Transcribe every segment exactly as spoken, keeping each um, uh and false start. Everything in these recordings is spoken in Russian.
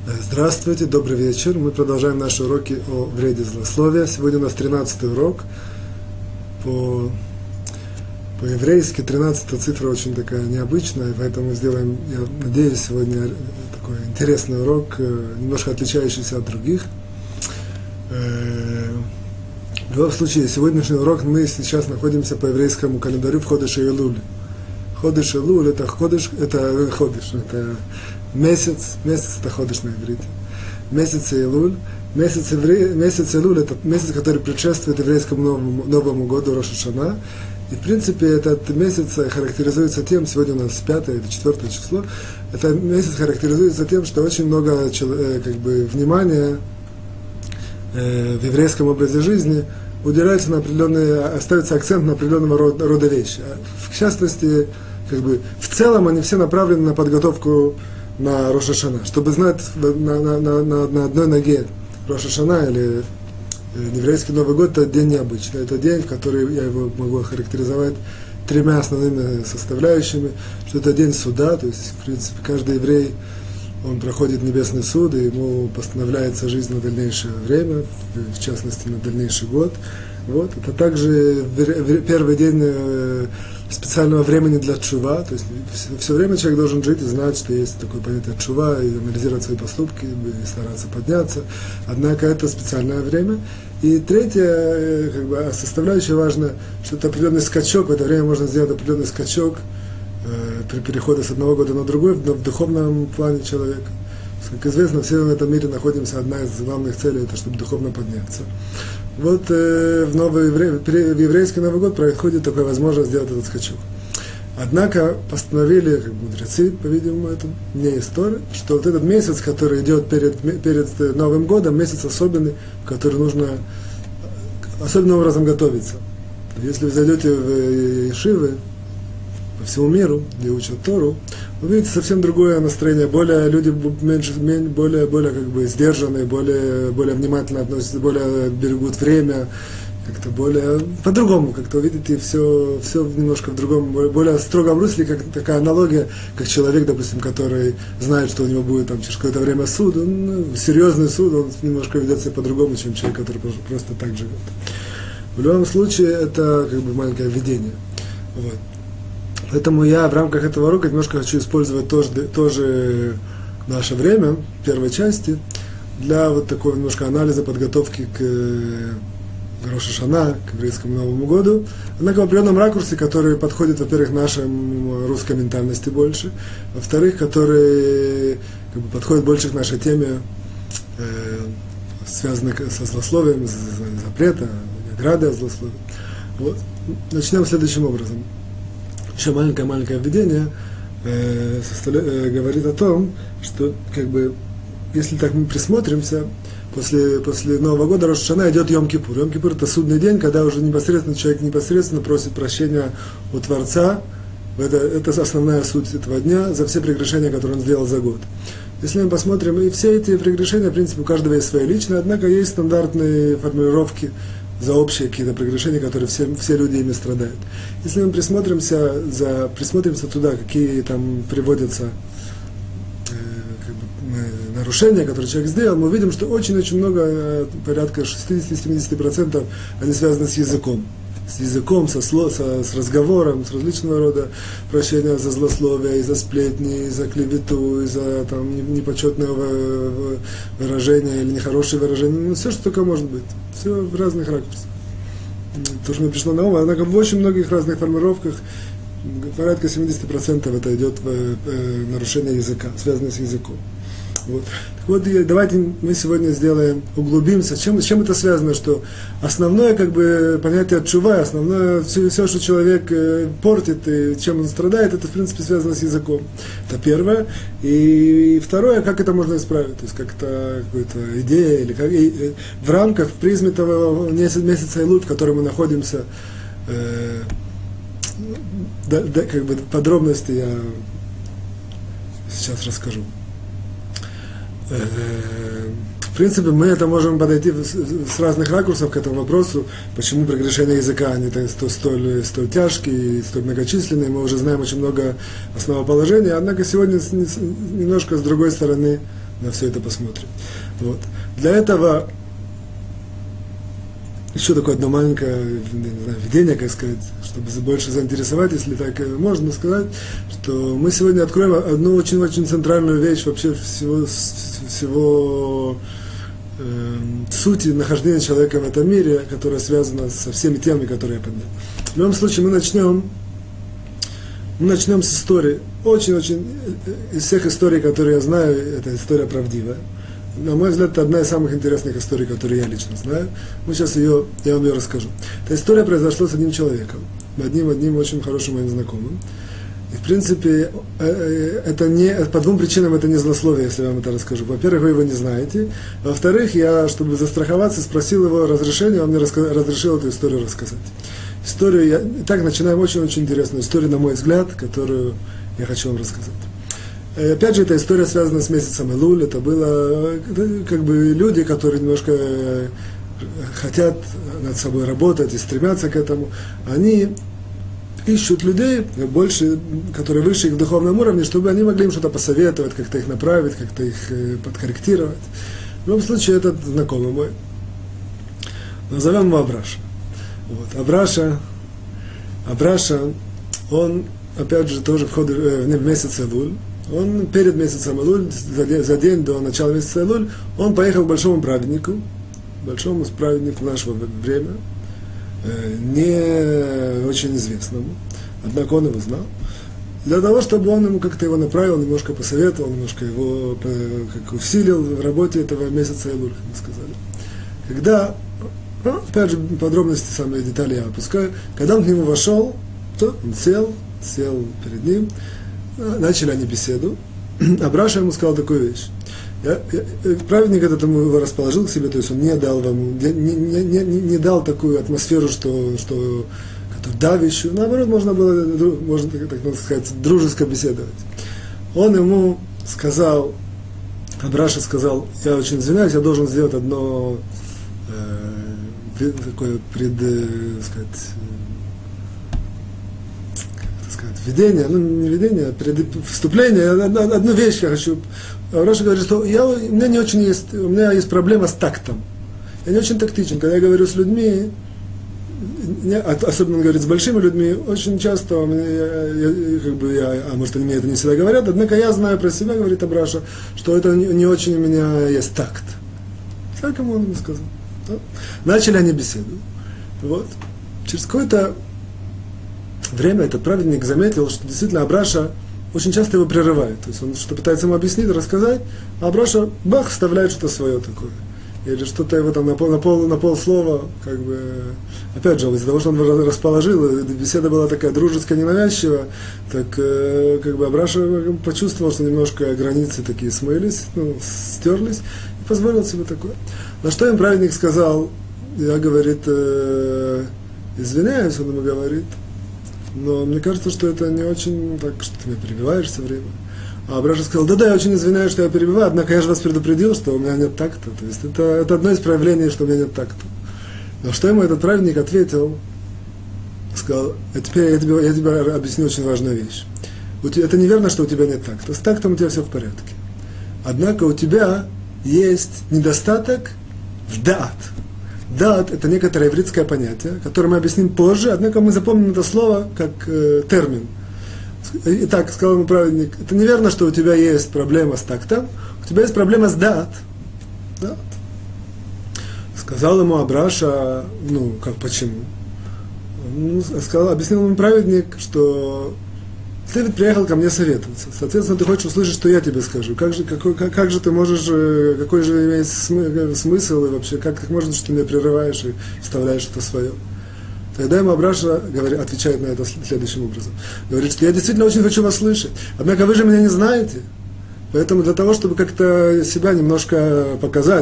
Здравствуйте, добрый вечер. Мы продолжаем наши уроки о вреде злословия. Сегодня у нас тринадцатый урок. По, по-еврейски тринадцатая цифра очень такая необычная, поэтому сделаем, я надеюсь, сегодня такой интересный урок, немножко отличающийся от других. В любом случае, сегодняшний урок мы сейчас находимся по еврейскому календарю в Ходеш Элуль. Ходеш Элуль это ходеш, это ходеш, это месяц, месяц это ходеш на иврите. Месяц Элуль, месяц, евре, месяц Элуль это месяц, который предшествует еврейскому новому, новому году Рош ха-Шана. И в принципе этот месяц характеризуется тем, сегодня у нас пятое или четвертое число, этот месяц характеризуется тем, что очень много как бы, внимания э, в еврейском образе жизни уделяется на определенные, ставится акцент на определенного рода, рода вещи. В частности, как бы, в целом они все направлены на подготовку на Рош ха-Шана, чтобы знать на, на, на, на, на одной ноге Рош ха-Шана или еврейский Новый год, это день необычный. Это день, в который я его могу охарактеризовать тремя основными составляющими, что это день суда, то есть, в принципе, каждый еврей, он проходит небесный суд, и ему постановляется жизнь на дальнейшее время, в частности, на дальнейший год. Вот. Это также первый день специального времени для тшува, то есть все время человек должен жить и знать, что есть такое понятие тшува, и анализировать свои поступки, и стараться подняться. Однако это специальное время. И третье, как бы, составляющая важная, что это определенный скачок, в это время можно сделать определенный скачок э, при переходе с одного года на другой, в, в духовном плане человека. Как известно, все в этом мире находимся, одна из главных целей, это чтобы духовно подняться. Вот э, в, новый, в еврейский Новый год происходит такая возможность сделать этот скачок. Однако постановили, как мудрецы, по-видимому, это не история, что вот этот месяц, который идет перед, перед Новым годом, месяц особенный, в который нужно особенным образом готовиться. Если вы зайдете в ешивы по всему миру, где учат Тору, вы видите совсем другое настроение, более люди меньше, более, более как бы сдержанные, более, более внимательно относятся, более берегут время, как-то более по-другому, как-то видите, все, все немножко в другом, более строгом русле, как такая аналогия, как человек, допустим, который знает, что у него будет там через какое-то время суд, он, ну, серьезный суд, он немножко ведет себя по-другому, чем человек, который просто так живет. В любом случае, это как бы маленькое введение. Вот. Поэтому я в рамках этого урока немножко хочу использовать тоже, тоже наше время, первой части, для вот такого немножко анализа, подготовки к Рош ха-Шана, к еврейскому Новому году, однако в определенном ракурсе, который подходит, во-первых, нашей русской ментальности больше, во-вторых, который как бы, подходит больше к нашей теме, э, связанной со злословием, запрета, ограды от злословия. Вот. Начнем следующим образом. Еще маленькое-маленькое введение э, составля... э, говорит о том, что как бы, если так мы присмотримся, после, после Нового года Рош ха-Шана идет Йом-Кипур. Йом-Кипур это судный день, когда уже непосредственно человек непосредственно просит прощения у Творца. Это, это основная суть этого дня за все прегрешения, которые он сделал за год. Если мы посмотрим, и все эти прегрешения, в принципе, у каждого есть свои личные, однако есть стандартные формулировки за общие какие-то прегрешения, которые все, все люди ими страдают. Если мы присмотримся, за, присмотримся туда, какие там приводятся э, как бы, нарушения, которые человек сделал, мы увидим, что очень-очень много, порядка шестьдесят-семьдесят процентов, они связаны с языком. С языком, со, сло, со, с разговором, с различного рода прощения за злословие, и за сплетни, и за клевету, и за там, непочетное выражение или нехорошее выражение. Ну, все, что только может быть. Все в разных ракурсах. То, что мне пришло на ум, однако в очень многих разных формулировках, порядка семьдесят процентов это идет в э, нарушение языка, связанное с языком. Вот. Так вот, давайте мы сегодня сделаем, углубимся, с чем, с чем это связано, что основное как бы, понятие тшува, основное все, все, что человек э, портит и чем он страдает, это в принципе связано с языком. Это первое. И второе, как это можно исправить, то есть как это какая-то идея, или как, и, э, в рамках, в призме того месяца Элуль, в котором мы находимся, э, да, да, как бы подробности я сейчас расскажу. В принципе, мы это можем подойти с разных ракурсов к этому вопросу, почему прегрешения языка они столь, столь тяжкие, столь многочисленные. Мы уже знаем очень много основоположений, однако сегодня немножко с другой стороны на все это посмотрим. Вот. Для этого еще такое одно маленькое, не знаю, видение, как сказать, чтобы больше заинтересовать, если так можно сказать, что мы сегодня откроем одну очень-очень центральную вещь вообще всего, всего э, сути нахождения человека в этом мире, которая связана со всеми темами, которые я поднял. В любом случае мы начнем, мы начнем с истории. Очень-очень, из всех историй, которые я знаю, эта история правдивая. На мой взгляд, это одна из самых интересных историй, которые я лично знаю. Мы сейчас ее, я вам ее расскажу. Эта история произошла с одним человеком, одним, одним очень хорошим моим знакомым. И, в принципе, это не, по двум причинам это не злословие, если я вам это расскажу. Во-первых, вы его не знаете. Во-вторых, я, чтобы застраховаться, спросил его разрешения, он мне раска- разрешил эту историю рассказать. Историю, я, итак, начинаем очень-очень интересную историю, на мой взгляд, которую я хочу вам рассказать. Опять же, эта история связана с месяцем Элуль. Это было как бы люди, которые немножко хотят над собой работать и стремятся к этому. Они ищут людей, больше, которые выше их в духовном уровне, чтобы они могли им что-то посоветовать, как-то их направить, как-то их подкорректировать. В любом случае, этот знакомый мой. Назовем его Абраша. Вот. Абраша, Абраша, он, опять же, тоже входит в месяц Элуль. Он перед месяцем Элуль, за день, за день до начала месяца Элуль, он поехал к большому праведнику, большому праведнику нашего времени, не очень известному, однако он его знал, для того, чтобы он ему как-то его направил, немножко посоветовал, немножко его как усилил в работе этого месяца Элуль, как мы сказали. Когда, ну, опять же, подробности, самые детали я опускаю, когда он к нему вошел, то он сел, сел перед ним, начали они беседу. Абраша ему сказал такую вещь. Я, я, праведник этот ему его расположил к себе, то есть он не дал вам, не, не, не, не дал такую атмосферу, что, что давящую. Наоборот, можно было, можно так, так сказать, дружеско беседовать. Он ему сказал, Абраша сказал: я очень извиняюсь, я должен сделать одно э, такое пред, э, сказать, введение, ну не введение, а пред, вступление, одну вещь я хочу. Абраша говорит, что я, у меня не очень есть, у меня есть проблема с тактом. Я не очень тактичен, когда я говорю с людьми, не, особенно он говорит с большими людьми, очень часто у меня, я, я, как бы я, а может они мне это не всегда говорят, однако я знаю про себя, говорит Абраша, что это не, не очень у меня есть такт. Так ему он мне сказал. Да? Начали они беседу. Вот. Через какое-то время этот праведник заметил, что действительно Абраша очень часто его прерывает. То есть он что пытается ему объяснить, рассказать, а Абраша, бах, вставляет что-то свое такое. Или что-то его там на пол, на пол, на полслова, как бы, опять же, из-за того, что он его расположил, беседа была такая дружеская, ненавязчивая, так э, как бы Абраша почувствовал, что немножко границы такие смылись, ну, стерлись, и позволил себе такое. На что им праведник сказал, я, говорит, э, извиняюсь, он ему говорит, но мне кажется, что это не очень так, что ты меня перебиваешь все время. А Абраша сказал: да-да, я очень извиняюсь, что я перебиваю, однако я же вас предупредил, что у меня нет такта. То есть это, это одно из проявлений, что у меня нет такта. Но что ему этот праведник ответил? Сказал: а теперь я тебе, я тебе объясню очень важную вещь. Это неверно, что у тебя нет такта. С тактом у тебя все в порядке. Однако у тебя есть недостаток в даат. Даат – это некоторое ивритское понятие, которое мы объясним позже, однако мы запомним это слово как э, термин. Итак, сказал ему праведник, это неверно, что у тебя есть проблема с тактом, у тебя есть проблема с даат. Даат. Сказал ему Абраша, ну, как, почему? Он сказал, объяснил ему праведник, что ты ведь приехал ко мне советоваться. Соответственно, ты хочешь услышать, что я тебе скажу. Как же, какой, как, как же ты можешь, какой же имеет смысл и вообще, как, как можно, что ты меня прерываешь и вставляешь что-то свое? Тогда ему Абраша говорит, отвечает на это следующим образом. Говорит, что я действительно очень хочу вас слышать. Однако вы же меня не знаете. Поэтому для того, чтобы как-то себя немножко показать,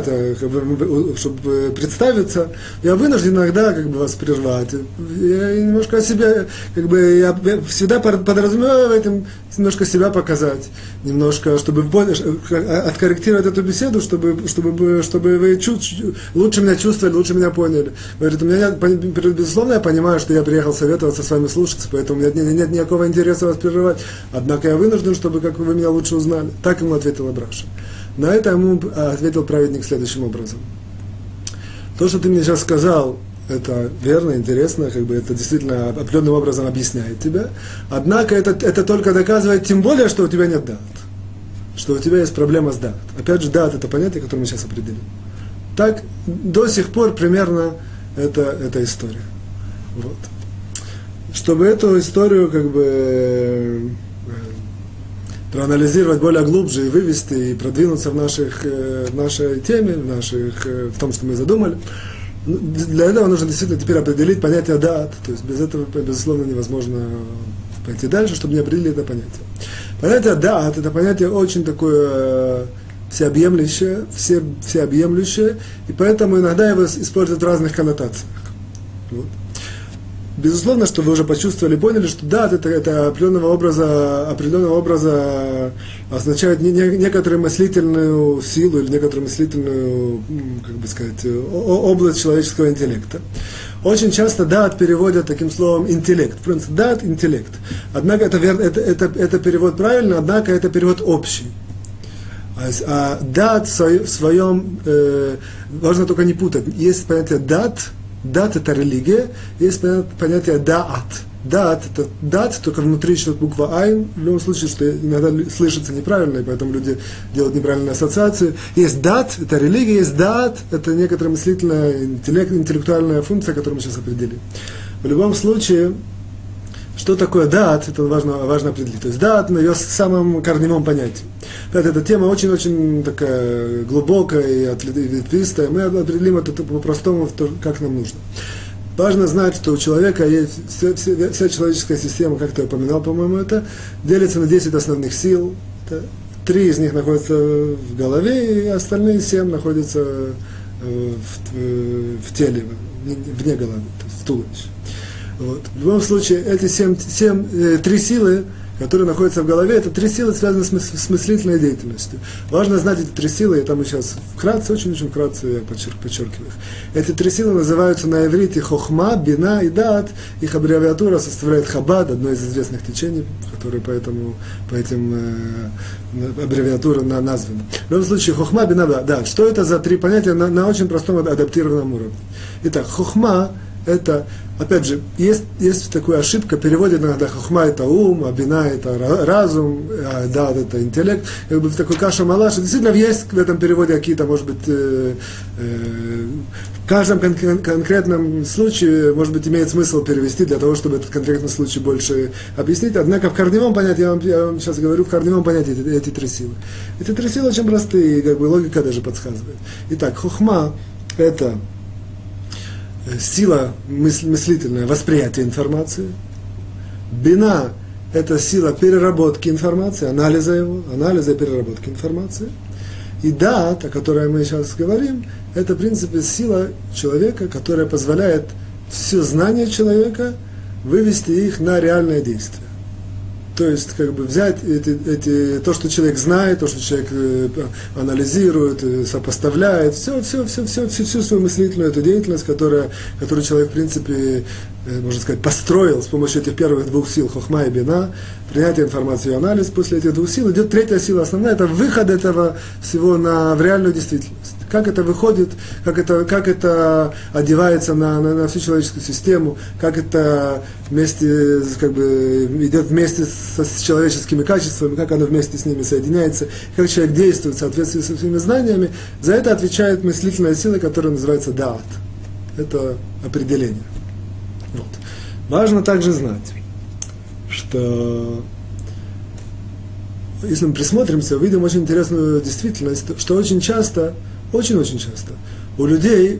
чтобы представиться, я вынужден иногда как бы вас прервать. Я немножко о себе, как бы я всегда подразумеваю в этом немножко себя показать, немножко, чтобы откорректировать эту беседу, чтобы, чтобы, чтобы вы чуть, лучше меня чувствовали, лучше меня поняли. Говорит, у меня, безусловно, я понимаю, что я приехал советоваться с вами слушаться, поэтому у меня нет, нет никакого интереса вас прерывать. Однако я вынужден, чтобы как вы меня лучше узнали. Так ему ответил Абраша. На это ему ответил праведник следующим образом. То, что ты мне сейчас сказал, это верно, интересно, как бы это действительно определенным образом объясняет тебя. Однако это, это только доказывает, тем более, что у тебя нет дат. Что у тебя есть проблема с дат. Опять же, дат – это понятие, которое мы сейчас определим. Так до сих пор примерно это, эта история. Вот. Чтобы эту историю как бы э, проанализировать более глубже и вывести, и продвинуться в, наших, э, в нашей теме, в, наших, э, в том, что мы задумали, для этого нужно действительно теперь определить понятие дат. То есть без этого, безусловно, невозможно пойти дальше, чтобы не определить это понятие. Понятие дат – это понятие очень такое э, всеобъемлющее, все, всеобъемлющее, и поэтому иногда его используют в разных коннотациях. Вот. Безусловно, что вы уже почувствовали, поняли, что дат это, это определенного образа, определенного образа означает не, не, некоторую мыслительную силу или некоторую мыслительную, как бы сказать, область человеческого интеллекта. Очень часто дат переводят таким словом интеллект. В принципе, дат – интеллект. Однако это, это, это, это перевод правильный, однако это перевод общий. А, а дат в своем, э, важно только не путать, есть понятие дат. Дат – это религия, есть понятие даат. Даат – это дат, только внутри еще буква айн, в любом случае, что иногда слышится неправильно, и поэтому люди делают неправильную ассоциацию. Есть дат – это религия, есть даат – это некоторая мыслительная, интеллект, интеллектуальная функция, которую мы сейчас определим. В любом случае, что такое даат, это важно, важно определить. То есть даат на ее самом корневом понятии. Эта тема очень-очень такая глубокая и ветвистая. Мы определим это по-простому, как нам нужно. Важно знать, что у человека есть вся, вся, вся человеческая система, как ты упоминал, по-моему, это делится на десять основных сил. Три из них находятся в голове, и остальные семь находятся в, в теле, вне головы, то есть в туловище. Вот. В любом случае, эти семь, семь, э, три силы, которые находятся в голове, это три силы, связанные с, мыс- с мыслительной деятельностью. Важно знать эти три силы, и там мы сейчас вкратце, очень-очень вкратце я подчерк, подчеркиваю их. Эти три силы называются на иврите хохма, бина и дат. Их аббревиатура составляет хабад, одно из известных течений, которые поэтому, по этим э, аббревиатурам на, названы. В любом случае, хохма, бина, дат. Что это за три понятия на, на очень простом адаптированном уровне? Итак, хохма – это, опять же, есть, есть такая ошибка, переводят иногда хохма это ум, а бина это разум, а дат это интеллект, как бы в такой каша-малаш. Действительно, есть в этом переводе какие-то, может быть, э, э, в каждом кон- конкретном случае, может быть, имеет смысл перевести для того, чтобы этот конкретный случай больше объяснить. Однако в корневом понятии, я вам, я вам сейчас говорю, в корневом понятии эти, эти три силы. Эти три силы очень простые, как бы логика даже подсказывает. Итак, хохма это сила мысль, мыслительная, восприятия информации. Бина – это сила переработки информации, анализа его, анализа и переработки информации. И дат, о которой мы сейчас говорим, это, в принципе, сила человека, которая позволяет все знания человека вывести их на реальное действие. То есть, как бы взять эти, эти, то, что человек знает, то, что человек э, анализирует, э, сопоставляет, все, все, все, все, всю, всю свою мыслительную эту деятельность, которая, которую человек, в принципе, э, можно сказать, построил с помощью этих первых двух сил, хохма и бина, принятие информации и анализ. После этих двух сил идет третья сила основная, это выход этого всего на, в реальную действительность. Как это выходит, как это, как это одевается на, на, на всю человеческую систему, как это вместе, как бы, идет вместе со, с человеческими качествами, как оно вместе с ними соединяется, как человек действует в соответствии со своими знаниями. За это отвечает мыслительная сила, которая называется даат. Это определение. Вот. Важно также знать, что если мы присмотримся, увидим очень интересную действительность, что очень часто, очень-очень часто у людей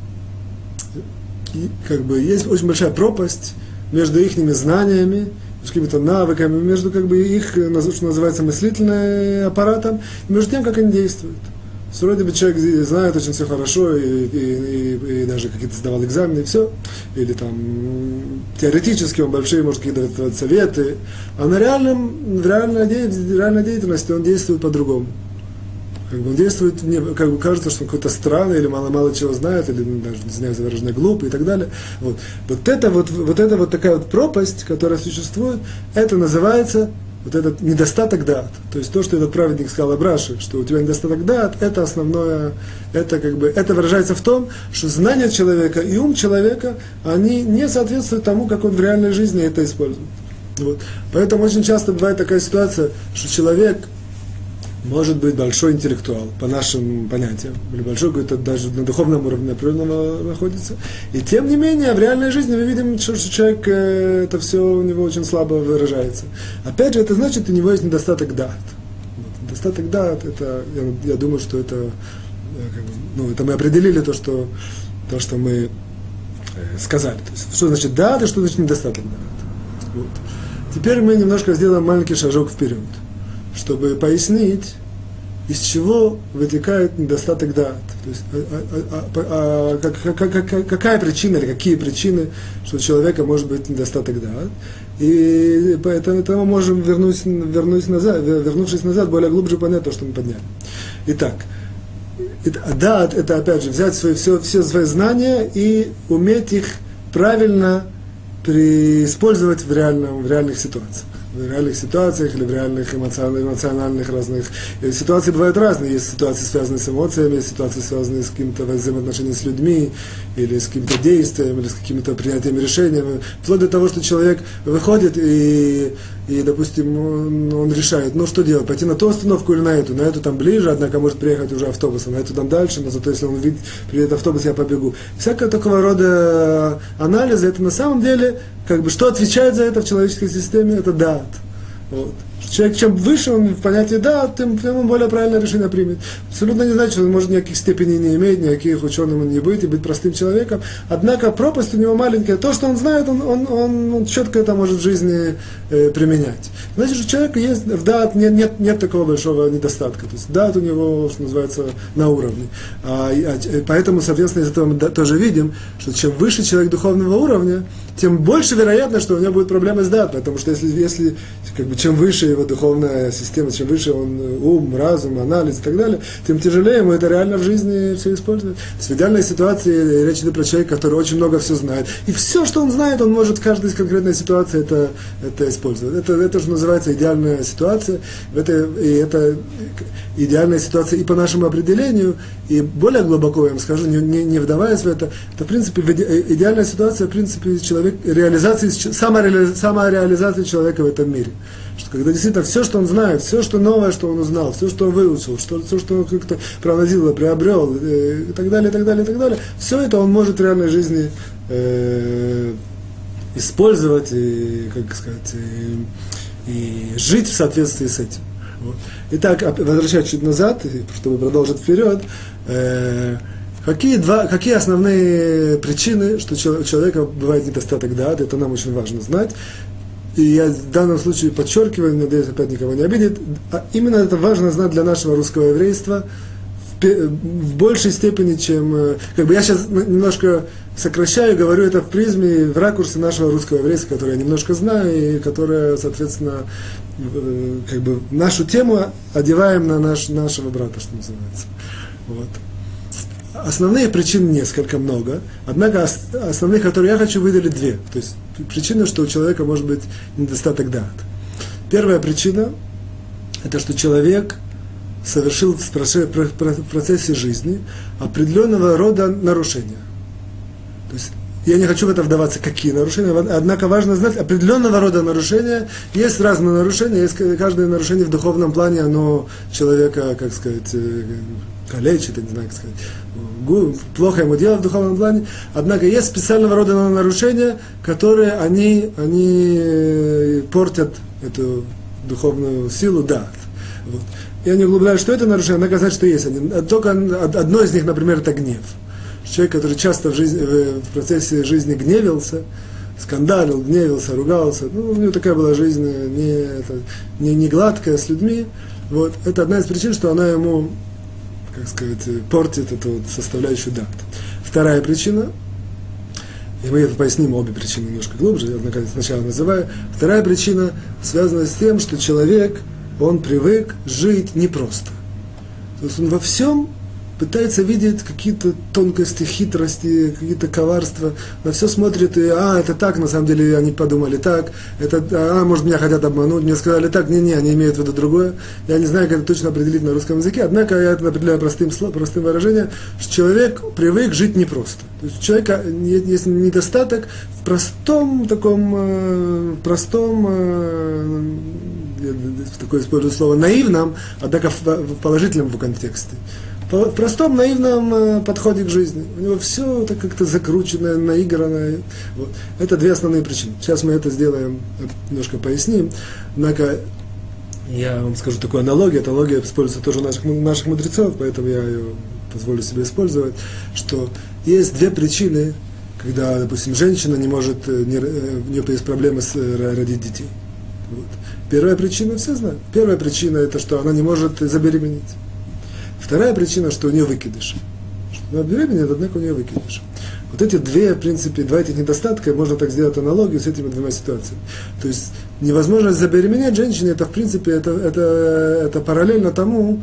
как бы есть очень большая пропасть между их знаниями, между какими-то навыками, между как бы их, что называется, мыслительным аппаратом, и между тем, как они действуют. Вроде бы человек знает очень все хорошо, и, и, и, и даже какие-то сдавал экзамены, и все. Или там теоретически он большие, может, какие-то давать советы. А на реальном, в реальной, в реальной деятельности он действует по-другому. Как бы он действует, мне как бы кажется, что он какой-то странный, или мало-мало чего знает, или ну, даже, не знаю, выраженно глупый и так далее. Вот, вот, это вот, вот эта вот такая вот пропасть, которая существует, это называется вот этот недостаток дат, то есть то, что этот праведник сказал Абраше, что у тебя недостаток дат, это основное, это как бы, это выражается в том, что знание человека и ум человека, они не соответствуют тому, как он в реальной жизни это использует. Вот. Поэтому очень часто бывает такая ситуация, что человек может быть большой интеллектуал, по нашим понятиям, или большой какой-то даже на духовном уровне определенного находится. И тем не менее, в реальной жизни мы видим, что человек, это все у него очень слабо выражается. Опять же, это значит, у него есть недостаток дат. Вот. Недостаток дат, это, я, я думаю, что это, как бы, ну, это мы определили то, что, то, что мы сказали. То есть, что значит дат и что значит недостаток дат. Вот. Теперь мы немножко сделаем маленький шажок вперед, чтобы пояснить, из чего вытекает недостаток дат. То есть, а, а, а, а, как, как, как, какая причина или какие причины, что у человека может быть недостаток дат. И поэтому мы можем, вернуть, вернуть назад, вернувшись назад, более глубже понять то, что мы подняли. Итак, дат – это, опять же, взять свои, все, все свои знания и уметь их правильно использовать в, реальном, в реальных ситуациях. В реальных ситуациях или в реальных эмоциональных, эмоциональных разных... Ситуации бывают разные. Есть ситуации, связанные с эмоциями, есть ситуации, связанные с каким-то взаимоотношением с людьми, или с каким-то действием, или с какими-то принятиями решениями. Вплоть до того, что человек выходит и, и допустим, он, он решает, ну что делать, пойти на ту остановку или на эту. На эту там ближе, однако может приехать уже автобусом, на эту там дальше, но зато если он увидит, приедет автобус, я побегу. Всякого такого рода анализа, это на самом деле, как бы, что отвечает за это в человеческой системе, это дат. Вот. Человек, чем выше он в понятии да, тем, тем он более правильное решение примет. Абсолютно не значит, что он может никаких степеней не иметь, никаких ученым он не быть и быть простым человеком. Однако пропасть у него маленькая. То, что он знает, он, он, он, он четко это может в жизни э, применять. Значит, у человека есть в дат нет, нет, нет такого большого недостатка. То есть дат у него, что называется, на уровне. А, а, поэтому, соответственно, из этого мы тоже видим, что чем выше человек духовного уровня, тем больше вероятно, что у него будет проблемы с дат. Потому что если, если как бы, чем выше его духовная система, чем выше он ум, разум, анализ и так далее, тем тяжелее ему это реально в жизни все использовать. В идеальной ситуации речь идет про человека, который очень много все знает. И все, что он знает, он может в каждой конкретной ситуации это, это использовать. Это, это же называется идеальная ситуация. Это, и это идеальная ситуация и по нашему определению, и более глубоко, я вам скажу, не, не, не вдаваясь в это, это, в принципе, идеальная ситуация, в принципе, человек, реализации, самореализация, самореализация человека в этом мире. Что когда действительно все, что он знает, все, что новое, что он узнал, все, что он выучил, что, все, что он как-то проанализировал, приобрел, э, и так далее, и так далее, и так далее, все это он может в реальной жизни э, использовать и, как сказать, и, и жить в соответствии с этим. Вот. Итак, возвращаясь чуть назад, чтобы продолжить вперед, э, какие, два, какие основные причины, что у человека бывает недостаток дат, это нам очень важно знать. И я в данном случае подчеркиваю, надеюсь, опять никого не обидит, а именно это важно знать для нашего русского еврейства в, в большей степени, чем... Как бы я сейчас немножко сокращаю, говорю это в призме, в ракурсе нашего русского еврейства, который я немножко знаю, и которое, соответственно, как бы нашу тему одеваем на наш, нашего брата, что называется. Вот. Основные причины несколько, много, однако основных, которые я хочу выделить, две. То есть причины, что у человека может быть недостаток дат. Первая причина – это что человек совершил в процессе жизни определенного рода нарушения. То есть я не хочу в это вдаваться, какие нарушения, однако важно знать, определенного рода нарушения, есть разные нарушения, есть каждое нарушение в духовном плане, оно человека, как сказать, калечит, я не знаю, как сказать, плохо ему делать в духовном плане, однако есть специального рода нарушения, которые они, они портят эту духовную силу, да. Вот. Я не углубляюсь, что это нарушение, однако знать, что есть они. Только одно из них, например, это гнев. Человек, который часто в, жизни, в процессе жизни гневился, скандалил, гневился, ругался, ну, у него такая была жизнь не, это, не, не гладкая с людьми, вот, это одна из причин, что она ему, как сказать, портит эту вот составляющую дат. Вторая причина, и мы это поясним обе причины немножко глубже, я наконец сначала называю. Вторая причина связана с тем, что человек, он привык жить непросто. То есть он во всем пытается видеть какие-то тонкости, хитрости, какие-то коварства, на все смотрит и, а, это так, на самом деле они подумали так, это, а, может, меня хотят обмануть, мне сказали так, не-не, они имеют в виду другое. Я не знаю, как это точно определить на русском языке, однако я это определяю простым, простым выражением, что человек привык жить непросто. То есть у человека есть недостаток в простом таком, в простом, я такое использую слово, наивном, однако в положительном контексте. В простом, наивном подходе к жизни. У него все так как-то закрученное, наигранное. Вот. Это две основные причины. Сейчас мы это сделаем, немножко поясним. Однако я вам скажу такую аналогию. Эта аналогия используется тоже у наших, наших мудрецов, поэтому я ее позволю себе использовать, что есть две причины, когда, допустим, женщина не может, не, у нее есть проблемы с родить детей. Вот. Первая причина, все знают. Первая причина это, что она не может забеременеть. Вторая причина, что у нее выкидыш. Что она беременеет, однако у нее выкидыш. Вот эти две, в принципе, два этих недостатка, можно так сделать аналогию с этими двумя ситуациями. То есть невозможность забеременеть женщине, это, в принципе, это, это, это параллельно тому,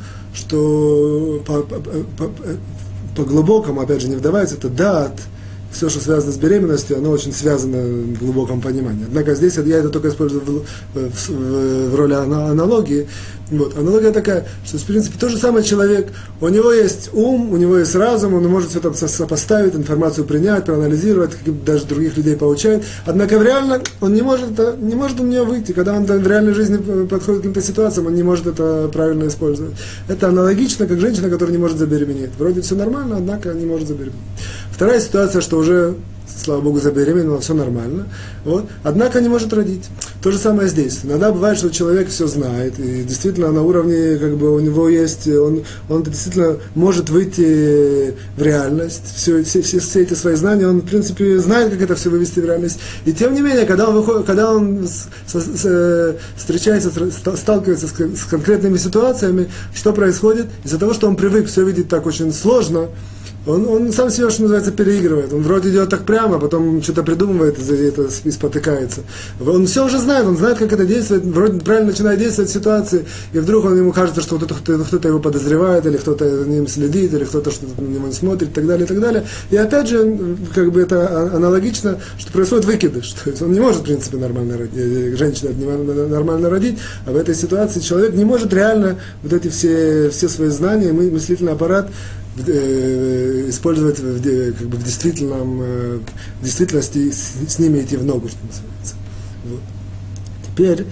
что по, по, по, по глубокому, опять же, не вдавается, это дат, все, что связано с беременностью, оно очень связано в глубоком понимании. Однако здесь я это только использую в, в, в, в роли аналогии. Вот. Аналогия такая, что, в принципе, тот же самый человек, у него есть ум, у него есть разум, он может все там сопоставить, информацию принять, проанализировать, даже других людей поучать. Однако реально он не может, не может у нее выйти. Когда он в реальной жизни подходит к каким-то ситуациям, он не может это правильно использовать. Это аналогично, как женщина, которая не может забеременеть. Вроде все нормально, однако не может забеременеть. Вторая ситуация, что уже, слава Богу, забеременела, все нормально, вот, однако не может родить. То же самое здесь. Иногда бывает, что человек все знает, и действительно на уровне, как бы, у него есть, он, он действительно может выйти в реальность, все, все, все, все эти свои знания, он, в принципе, знает, как это все вывести в реальность. И тем не менее, когда он, выходит, когда он с, с, с, встречается, сталкивается с, с конкретными ситуациями, что происходит? Из-за того, что он привык все видеть так очень сложно, Он, он сам себя, что называется, переигрывает. Он вроде идет так прямо, потом что-то придумывает и это и спотыкается. Он все уже знает, он знает, как это действует, вроде правильно начинает действовать в ситуации, и вдруг он, ему кажется, что кто-то, кто-то его подозревает, или кто-то за ним следит, или кто-то что-то на него смотрит, и так далее, и так далее. И опять же, как бы это аналогично, что происходит выкидыш. То есть он не может, в принципе, нормально родить, женщина нормально родить, а в этой ситуации человек не может реально вот эти все, все свои знания, мыслительный аппарат использовать в, как бы в, действительном, в действительности с, с ними идти в ногу, что называется. Вот. Теперь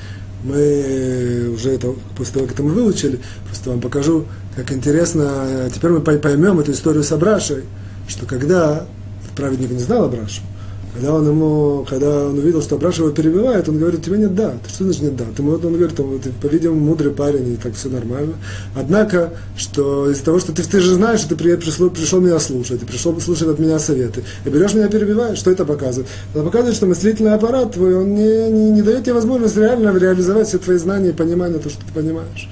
мы уже это, после того, как это мы выучили, просто вам покажу, как интересно, теперь мы поймем эту историю с Абрашей, что когда праведник не знал Абрашу, когда он ему, когда он увидел, что Абраша его перебивает, он говорит, у тебя нет дат. Что значит нет дат? Он говорит, ты, по-видимому, мудрый парень, и так все нормально. Однако, что из-за того, что ты, ты же знаешь, что ты пришел, пришел меня слушать, ты пришел слушать от меня советы, и берешь меня перебиваешь, что это показывает? Это показывает, что мыслительный аппарат твой, он не, не, не дает тебе возможность реально реализовать все твои знания и понимание, то, что ты понимаешь.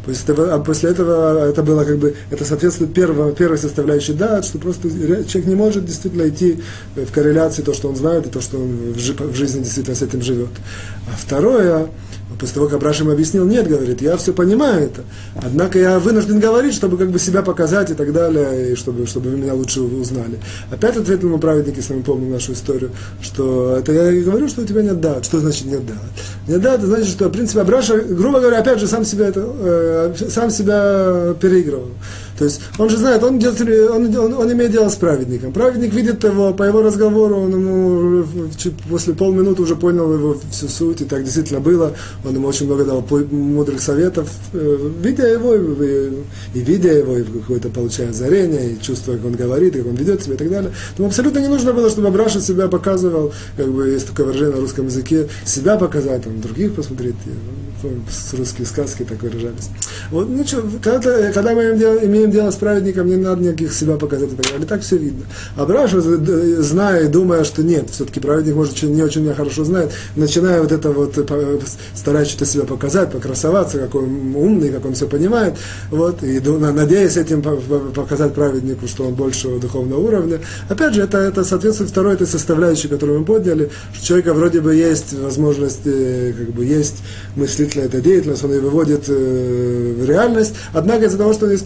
А после этого это было как бы, это соответствует первой, первой составляющей дат, что просто человек не может действительно идти в корреляции то, что он знает, и то, что он в жизни действительно с этим живет. А второе, после того, как Абраш ему объяснил, нет, говорит, я все понимаю это, однако я вынужден говорить, чтобы как бы себя показать и так далее, и чтобы, чтобы вы меня лучше узнали. Опять ответил ему праведник, если мы помним нашу историю, что это я говорю, что у тебя нет дат. Что значит нет дат? Нет дат, это значит, что, в принципе, Абраша, грубо говоря, опять же, сам себя, это, э, сам себя переигрывал. То есть он же знает, он, идет, он, он, он имеет дело с праведником. Праведник видит его, по его разговору, он ему после полминуты уже понял его всю суть, и так действительно было. Он ему очень много дал мудрых советов, видя его, и, и видя его, и какое-то получая озарение, и чувствуя, как он говорит, как он ведет себя и так далее. Ему абсолютно не нужно было, чтобы Абраша себя показывал, как бы есть такое выражение на русском языке, себя показать, там, других посмотреть, русские сказки так выражались. Вот, ну что, когда, когда мы имеем дело, имеем дело с праведником, не надо никаких себя показать и так далее. Так все видно. А Абраша, зная и думая, что нет, все-таки праведник, может, не очень меня хорошо знает, начиная вот это вот, стараясь что-то себя показать, покрасоваться, какой он умный, как он все понимает, вот, и надеясь этим показать праведнику, что он большего духовного уровня. Опять же, это, это соответствует второй этой составляющей, которую мы подняли, что у человека вроде бы есть возможность, как бы есть мыслительная эта деятельность, он ее выводит в реальность, однако из-за того, что есть какие-то у него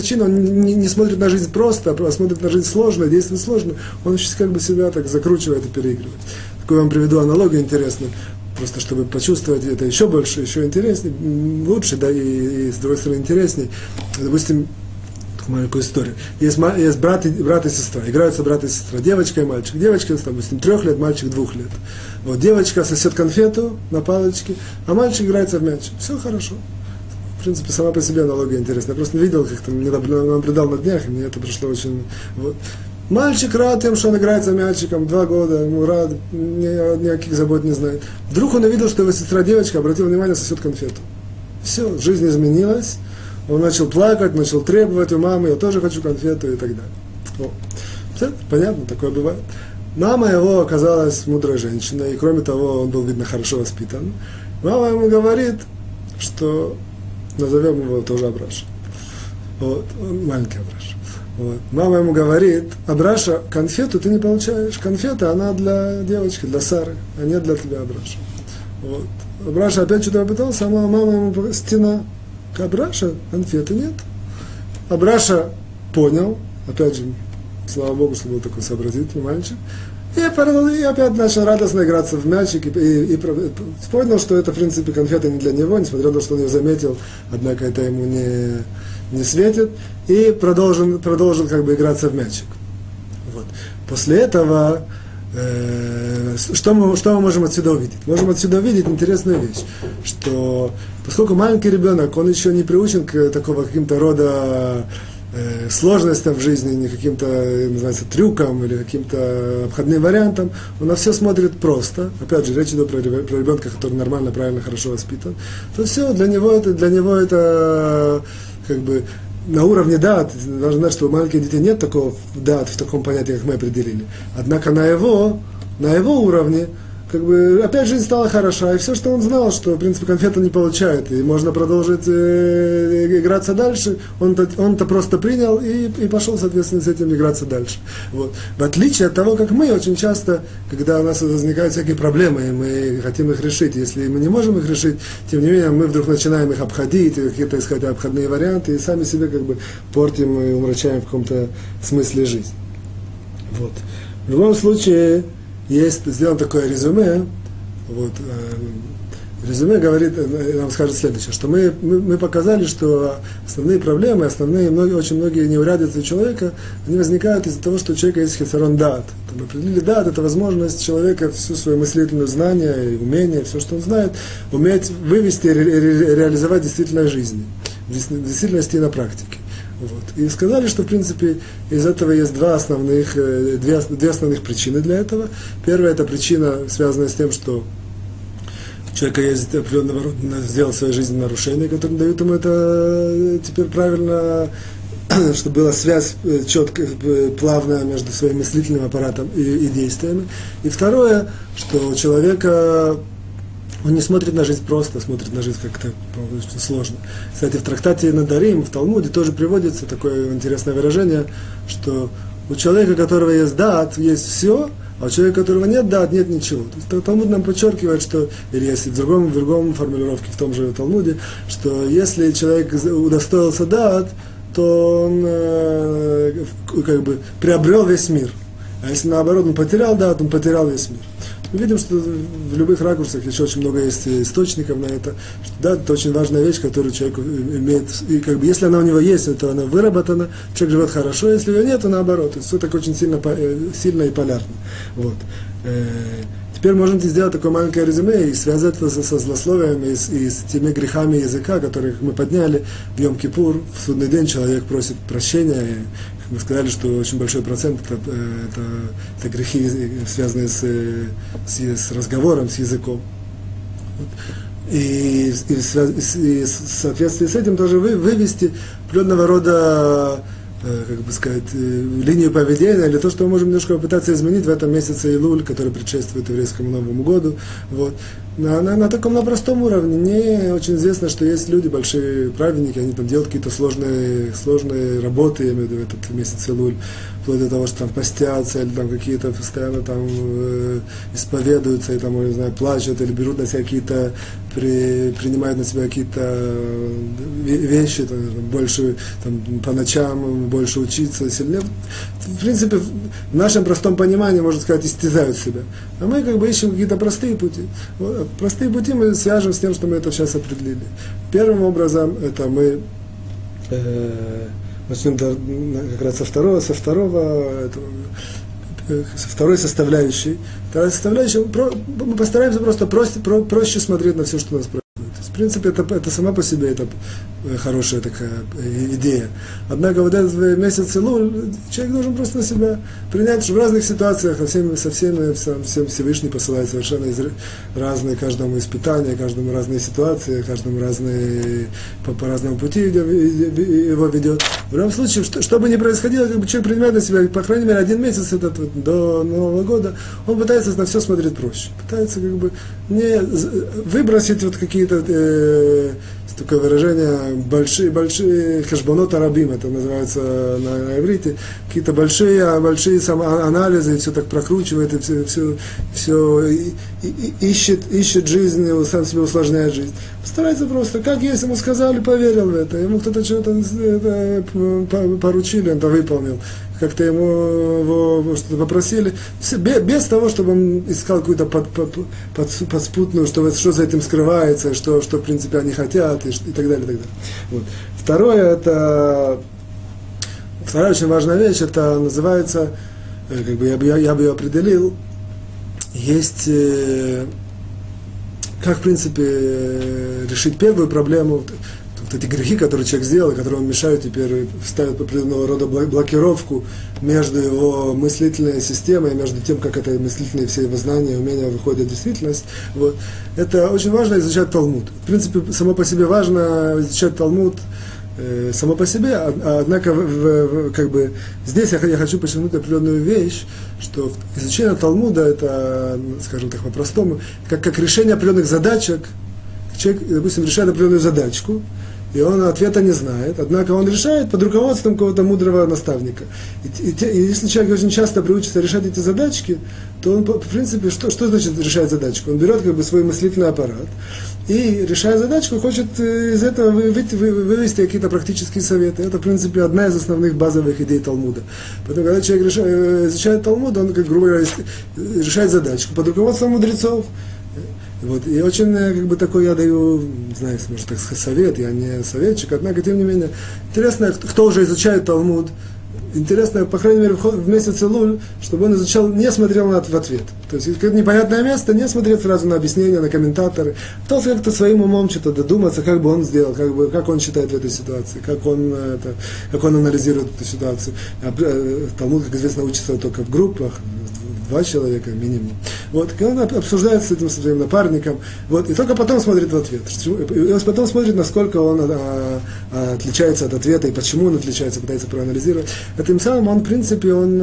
причины, он не, не смотрит на жизнь просто, а смотрит на жизнь сложно, действует сложно, он сейчас как бы себя так закручивает и переигрывает. Такую вам приведу аналогию интересную, просто чтобы почувствовать это еще больше, еще интереснее, лучше, да, и, и с другой стороны интереснее. Допустим, маленькую историю. Есть, есть брат, и, брат и сестра. Играются брат и сестра. Девочка и мальчик. Девочка, допустим, трех лет, мальчик двух лет. Вот, девочка сосет конфету на палочке, а мальчик играется в мячик. Все хорошо. В принципе, сама по себе аналогия интересная. Я просто не видел, как-то не наблюдал на днях, и мне это пришло очень... Вот. Мальчик рад тем, что он играется мячиком, два года, ему рад, ни, никаких забот не знает. Вдруг он увидел, что его сестра девочка обратила внимание, сосет конфету. Все, жизнь изменилась. Он начал плакать, начал требовать у мамы, я тоже хочу конфету и так далее. О, все, понятно, такое бывает. Мама его оказалась мудрой женщиной, и кроме того, он был, видно, хорошо воспитан. Мама ему говорит, что назовем его тоже Абраша. Вот, он маленький Абраша. Вот. Мама ему говорит: Абраша, конфету ты не получаешь. Конфета, она для девочки, для Сары, а не для тебя, Абраша. Вот. Абраша опять что-то попытался, а мама ему стена. Абраша, конфеты нет. Абраша понял, опять же, слава Богу, что был такой сообразительный мальчик, и, и опять начал радостно играться в мячик, и, и, и понял, что это, в принципе, конфета не для него, несмотря на то, что он ее заметил, однако это ему не, не светит, и продолжил, продолжил как бы играться в мячик. Вот. После этого э, что, мы, что мы можем отсюда увидеть? Можем отсюда увидеть интересную вещь, что поскольку маленький ребенок, он еще не приучен к такого каким-то рода э, сложностям в жизни, не каким-то, называется, трюкам или каким-то обходным вариантам, он на все смотрит просто. Опять же, речь идет про, про ребенка, который нормально, правильно, хорошо воспитан. То все, для него это, для него это как бы на уровне дат. Должен знать, что у маленьких детей нет такого дат в таком понятии, как мы определили. Однако на его, на его уровне, как бы, опять жизнь стала хороша, и все, что он знал, что, в принципе, конфету не получает, и можно продолжить э, играться дальше, он-то, он-то просто принял и, и пошел, соответственно, с этим играться дальше. Вот. В отличие от того, как мы очень часто, когда у нас возникают всякие проблемы, и мы хотим их решить, если мы не можем их решить, тем не менее, мы вдруг начинаем их обходить, какие-то искать обходные варианты, и сами себе как бы портим и умрачаем в каком-то смысле жизнь. Вот. В любом случае, есть сделано такое резюме, вот, э, резюме говорит, э, нам скажет следующее, что мы, мы, мы показали, что основные проблемы, основные, многие, очень многие неурядицы у человека, они возникают из-за того, что у человека есть хисарон дат. Мы определили дат, это возможность человека всю свою мыслительную знание, умение, все, что он знает, уметь вывести, ре, ре, реализовать в действительной жизни, в действительности и на практике. Вот. И сказали, что, в принципе, из этого есть два основных, две, две основных причины для этого. Первая – это причина, связанная с тем, что у человека есть определенного рода, сделал в своей жизни нарушения, которые дают ему это теперь правильно, чтобы была связь четкая, плавная между своим мыслительным аппаратом и, и действиями. И второе, что у человека... Он не смотрит на жизнь просто, смотрит на жизнь как-то очень сложно. Кстати, в трактате Надарим, в Талмуде тоже приводится такое интересное выражение, что у человека, у которого есть дат, есть все, а у человека, у которого нет дат, нет ничего. То есть Талмуд нам подчеркивает, что, или если в другом, в другом формулировке, в том же Талмуде, что если человек удостоился дат, то он э, как бы приобрел весь мир. А если наоборот он потерял дат, он потерял весь мир. Мы видим, что в любых ракурсах еще очень много есть источников на это. Что, да, это очень важная вещь, которую человек имеет. И как бы, если она у него есть, то она выработана, человек живет хорошо, если ее нет, то наоборот. То есть все так очень сильно, сильно и полярно. Вот. Теперь можем сделать такое маленькое резюме и связать это со злословием и с, и с теми грехами языка, которых мы подняли в Йом-Кипур. В судный день человек просит прощения. Мы сказали, что очень большой процент это, это, это грехи, связанные с, с, с разговором, с языком. И, и, и, и в соответствии с этим тоже вы, вывести определенного рода, как бы сказать, линию поведения, или то, что мы можем немножко попытаться изменить в этом месяце Илуль, который предшествует еврейскому Новому году. Вот. На, на, на таком, на простом уровне. Не очень известно, что есть люди, большие праведники, они там делают какие-то сложные, сложные работы, я имею в виду, в этот месяц Элуль, вплоть до того, что там постятся, или там какие-то постоянно там э, исповедуются, и там, я не знаю, плачут, или берут на себя какие-то, при, принимают на себя какие-то вещи, там, больше там, по ночам, больше учиться, сильнее. В принципе, в нашем простом понимании, можно сказать, истязают себя. А мы как бы ищем какие-то простые пути. Вот, простые пути мы свяжем с тем, что мы это сейчас определили. Первым образом, это мы э, начнем до, как раз со второго, со второго, этого, э, со второй составляющей. Вторая составляющая, про, мы постараемся просто проще, про, проще смотреть на все, что нас происходит. В принципе, это, это сама по себе это хорошая такая идея. Однако вот этот месяц Элуль, человек должен просто на себя принять, что в разных ситуациях со всеми, со всеми всем Всевышний посылает совершенно разные, каждому испытания, каждому разные ситуации, каждому разные, по, по разному пути его ведет. В любом случае, что, что бы ни происходило, как бы человек принимает на себя, по крайней мере, один месяц этот, вот, до Нового года, он пытается на все смотреть проще. Пытается как бы не выбросить вот какие-то э, такое выражение, большие, большие хешбонот арабим, это называется на, на иврите, какие-то большие, большие самоанализы, и все так прокручивает, и все, все, все и, и, ищет, ищет жизнь, сам себе усложняет жизнь. Постарается просто, как есть, ему сказали, поверил в это, ему кто-то что-то поручили, он это выполнил. Как-то ему его что-то попросили, без, без того, чтобы он искал какую-то под, под, под, подспутную, что, что за этим скрывается, что, что в принципе они хотят, и, и так далее. И так далее. Вот. Второе, это, вторая очень важная вещь, это называется, как бы я, я, я бы ее определил, есть, как в принципе решить первую проблему, эти грехи, которые человек сделал, которые ему мешают, теперь ставят определенного рода блокировку между его мыслительной системой, между тем, как это мыслительные все его знания, умения выходят в действительность. Вот. Это очень важно изучать Талмуд. В принципе, само по себе важно изучать Талмуд э, само по себе, однако в, в, как бы, здесь я, я хочу подчеркнуть определенную вещь, что изучение Талмуда, это, скажем так, по-простому, как, как решение определенных задачек. Человек, допустим, решает определенную задачку, и он ответа не знает, однако он решает под руководством какого-то мудрого наставника. И, и, и если человек очень часто приучится решать эти задачки, то он, в принципе, что, что значит решать задачку? Он берет как бы свой мыслительный аппарат и, решая задачку, хочет из этого выйти, вывести какие-то практические советы. Это, в принципе, одна из основных базовых идей Талмуда. Поэтому, когда человек решает, изучает Талмуд, он, как грубо говоря, решает задачку под руководством мудрецов. Вот, и очень, как бы, такой я даю, не знаю, может так сказать, совет, я не советчик, однако, тем не менее, интересно, кто уже изучает Талмуд, интересно, по крайней мере, в месяц Элуль, чтобы он изучал, не смотрел на в ответ. То есть, какое-то непонятное место, не смотреть сразу на объяснения, на комментаторы, пытался как-то своим умом что-то додуматься, как бы он сделал, как, бы, как он считает в этой ситуации, как он, это, как он анализирует эту ситуацию. А Талмуд, как известно, учится только в группах, два человека минимум. Вот, и он обсуждает с этим своим напарником, вот, и только потом смотрит в ответ. И потом смотрит, насколько он а, а, отличается от ответа, и почему он отличается, пытается проанализировать. А тем самым он, в принципе, он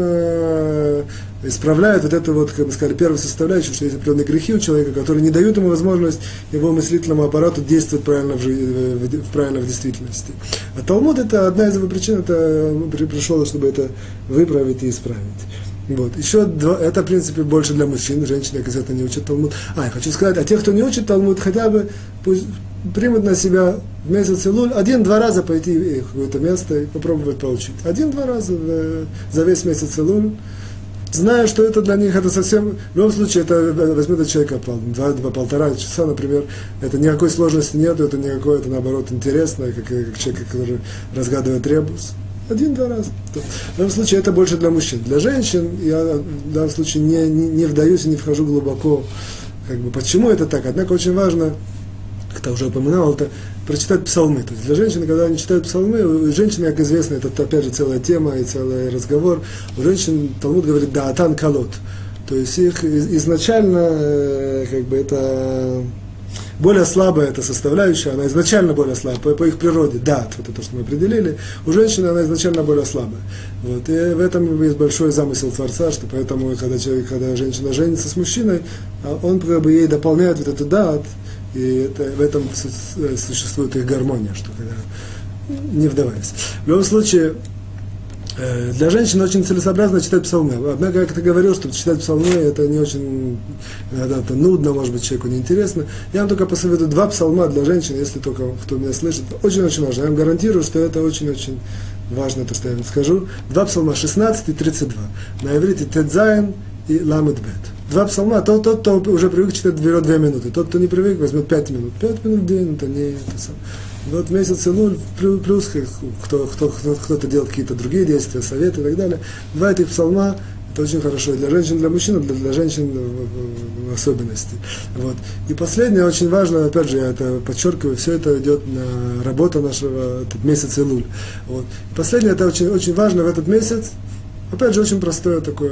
а, исправляет вот эту вот, как мы сказали, первую составляющую, что есть определенные грехи у человека, которые не дают ему возможность его мыслительному аппарату действовать правильно в, в, правильно в действительности. А Талмуд — это одна из его причин, это пришел, чтобы это выправить и исправить. Вот. Еще два, это, в принципе, больше для мужчин, женщины, как это не учат Талмуд. А, я хочу сказать, а те, кто не учит Талмуд, хотя бы пусть примут на себя в месяц Элуль один-два раза пойти в какое-то место и попробовать поучить. Один-два раза в, за весь месяц Элуль, зная, что это для них, это совсем, в любом случае, это возьмет от человека два-полтора часа, например, это никакой сложности нет, это никакое, это наоборот интересно, как, как человек, который разгадывает ребус. Один-два раза. В данном случае это больше для мужчин. Для женщин я в данном случае не, не, не вдаюсь и не вхожу глубоко. Как бы, почему это так? Однако очень важно, как я уже упоминал, это прочитать псалмы. То есть для женщин, когда они читают псалмы, у женщин, как известно, это опять же целая тема и целый разговор. У женщин Талмуд говорит «да, атан колот». То есть их изначально как бы это более слабая эта составляющая, она изначально более слабая, по, по их природе, да, вот это, что мы определили, у женщины она изначально более слабая. Вот, и в этом есть большой замысел Творца, что поэтому, когда, человек, когда женщина женится с мужчиной, он как бы ей дополняет вот это дат, и это, в этом существует их гармония, что когда не вдаваясь. В любом случае, для женщин очень целесообразно читать псалмы. Однако, как ты говорил, что читать псалмы это не очень, иногда это нудно, может быть, человеку неинтересно. Я вам только посоветую два псалма для женщин, если только кто меня слышит. Очень-очень важно. Я вам гарантирую, что это очень-очень важно, то, что я вам скажу. Два псалма, шестнадцать и тридцать два. На иврите Тедзайн и Ламед Бет. Два псалма, тот, тот, кто уже привык читать, берет две минуты. Тот, кто не привык, возьмет пять минут. Пять минут в день, это не это самое. Вот месяц Илуль, плюс кто, кто, кто, кто-то делает какие-то другие действия, советы и так далее. Два этих псалма, это очень хорошо для женщин, для мужчин, для, для женщин в особенности. Вот. И последнее, очень важно, опять же, я это подчеркиваю, все это идет на работу нашего, этот месяц Илуль. Вот. И последнее, это очень, очень важно в этот месяц, опять же, очень простая такая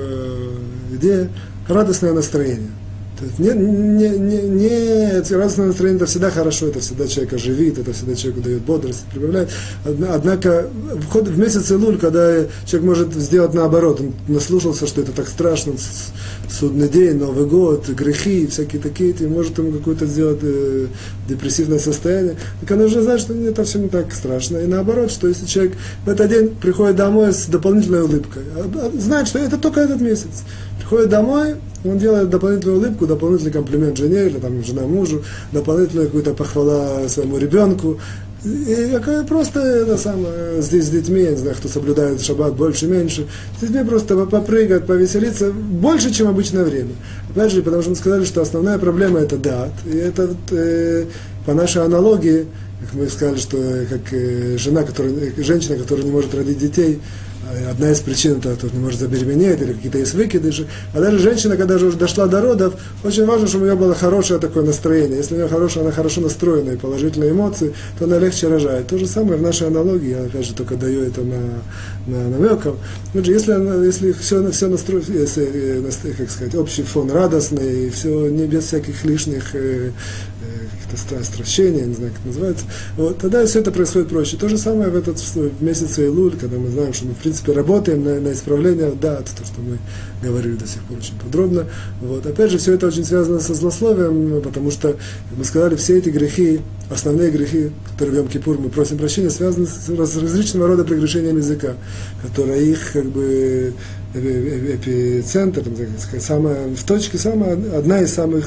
идея, радостное настроение. То есть не, не, не, не, радостное настроение это всегда хорошо, это всегда человека оживит, это всегда человеку дает бодрость, прибавляет. Однако в, в месяц Илуль, когда человек может сделать наоборот, он наслушался, что это так страшно, судный день, Новый год, грехи, всякие такие, и может ему какое-то сделать э, депрессивное состояние, так он уже знает, что это все не так страшно. И наоборот, что если человек в этот день приходит домой с дополнительной улыбкой, знает, что это только этот месяц, приходит домой, он делает дополнительную улыбку, дополнительный комплимент жене или там, жена мужу, дополнительную какую-то похвала своему ребенку. И просто это самое, здесь с детьми, я не знаю, кто соблюдает шаббат больше-меньше, с детьми просто попрыгать, повеселиться больше, чем обычное время. Опять же, потому что мы сказали, что основная проблема это дат. И это э, по нашей аналогии, как мы сказали, что как э, жена, которая, женщина, которая не может родить детей, одна из причин, это кто не может забеременеть, или какие-то есть выкидыши. А даже женщина, когда же уже дошла до родов, очень важно, чтобы у нее было хорошее такое настроение. Если у нее хорошее, она хорошо настроена и положительные эмоции, то она легче рожает. То же самое в нашей аналогии, я опять же только даю это на, на намеком. Если, она, если все, все настроено, если, как сказать, общий фон радостный, все не без всяких лишних каких-то стращения, не знаю, как это называется, вот, тогда все это происходит проще. То же самое в этот в месяц Илуль, когда мы знаем, что мы, в принципе, работаем на, на исправление, да, это то, что мы говорили до сих пор очень подробно. Вот. Опять же, все это очень связано со злословием, потому что, как мы сказали, все эти грехи, основные грехи, которые в Йом-Кипур мы просим прощения, связаны с различного рода прегрешением языка, которые их, как бы, эпицентр, так сказать, самая, в точке, самая, одна из самых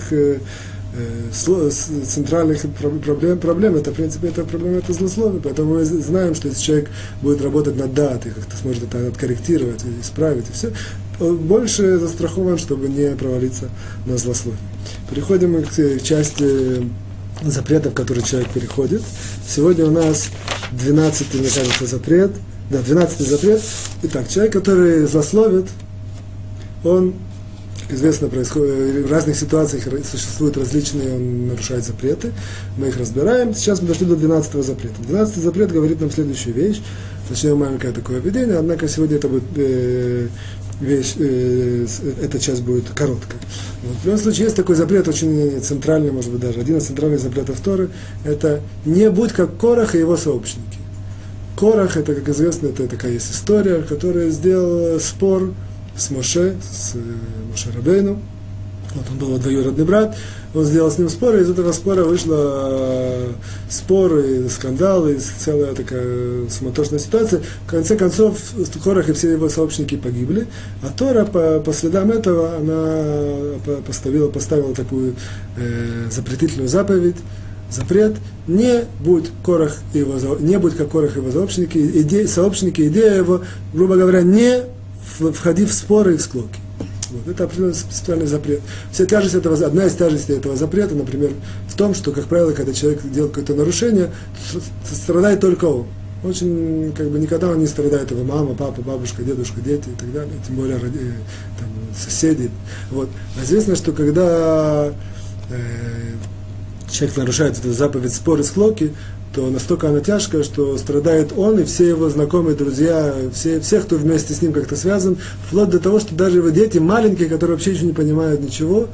центральных проблем, проблем это, в принципе, это проблема, это злословие, поэтому мы знаем, что если человек будет работать над датой, как-то сможет это откорректировать, исправить, и все, больше застрахован, чтобы не провалиться на злословие. Переходим к части запретов, которые человек переходит. Сегодня у нас двенадцатый, мне кажется, запрет, да, двенадцатый запрет. Итак, человек, который злословит, он, известно, происходит, в разных ситуациях существуют различные, он нарушает запреты, мы их разбираем. Сейчас мы дошли до двенадцатого запрета. двенадцатый запрет говорит нам следующую вещь, точнее, маленькое такое введение, однако сегодня это будет, э, вещь, э, эта часть будет короткая. Вот. В любом случае, есть такой запрет, очень центральный, может быть, даже один из центральных запретов Торы, это не будь как Корах и его сообщники. Корах, это, как известно, это такая есть история, которая сделала спор с Моше, с Моше Рабейну. Вот он был его двоюродный брат, он сделал с ним спор, и из этого спора вышло спор и скандал, и целая такая суматошная ситуация. В конце концов, Корах и все его сообщники погибли, а Тора по, по следам этого она поставила, поставила такую э, запретительную заповедь, запрет: не будь Корах и его, не будь как Корах и его сообщники, иде, сообщники, идея его, грубо говоря, не входи в споры и в склоки. Вот. Это определенный специальный запрет. Вся тяжесть этого, одна из тяжестей этого запрета, например, в том, что, как правило, когда человек делает какое-то нарушение, страдает только он. Очень, как бы, никогда он не страдает его мама, папа, бабушка, дедушка, дети и так далее, тем более там, соседи. Вот. А известно, что когда э, человек нарушает эту заповедь споры и склоки, то настолько она тяжкая, что страдает он и все его знакомые, друзья, все, все, кто вместе с ним как-то связан, вплоть до того, что даже его дети маленькие, которые вообще еще не понимают ничего,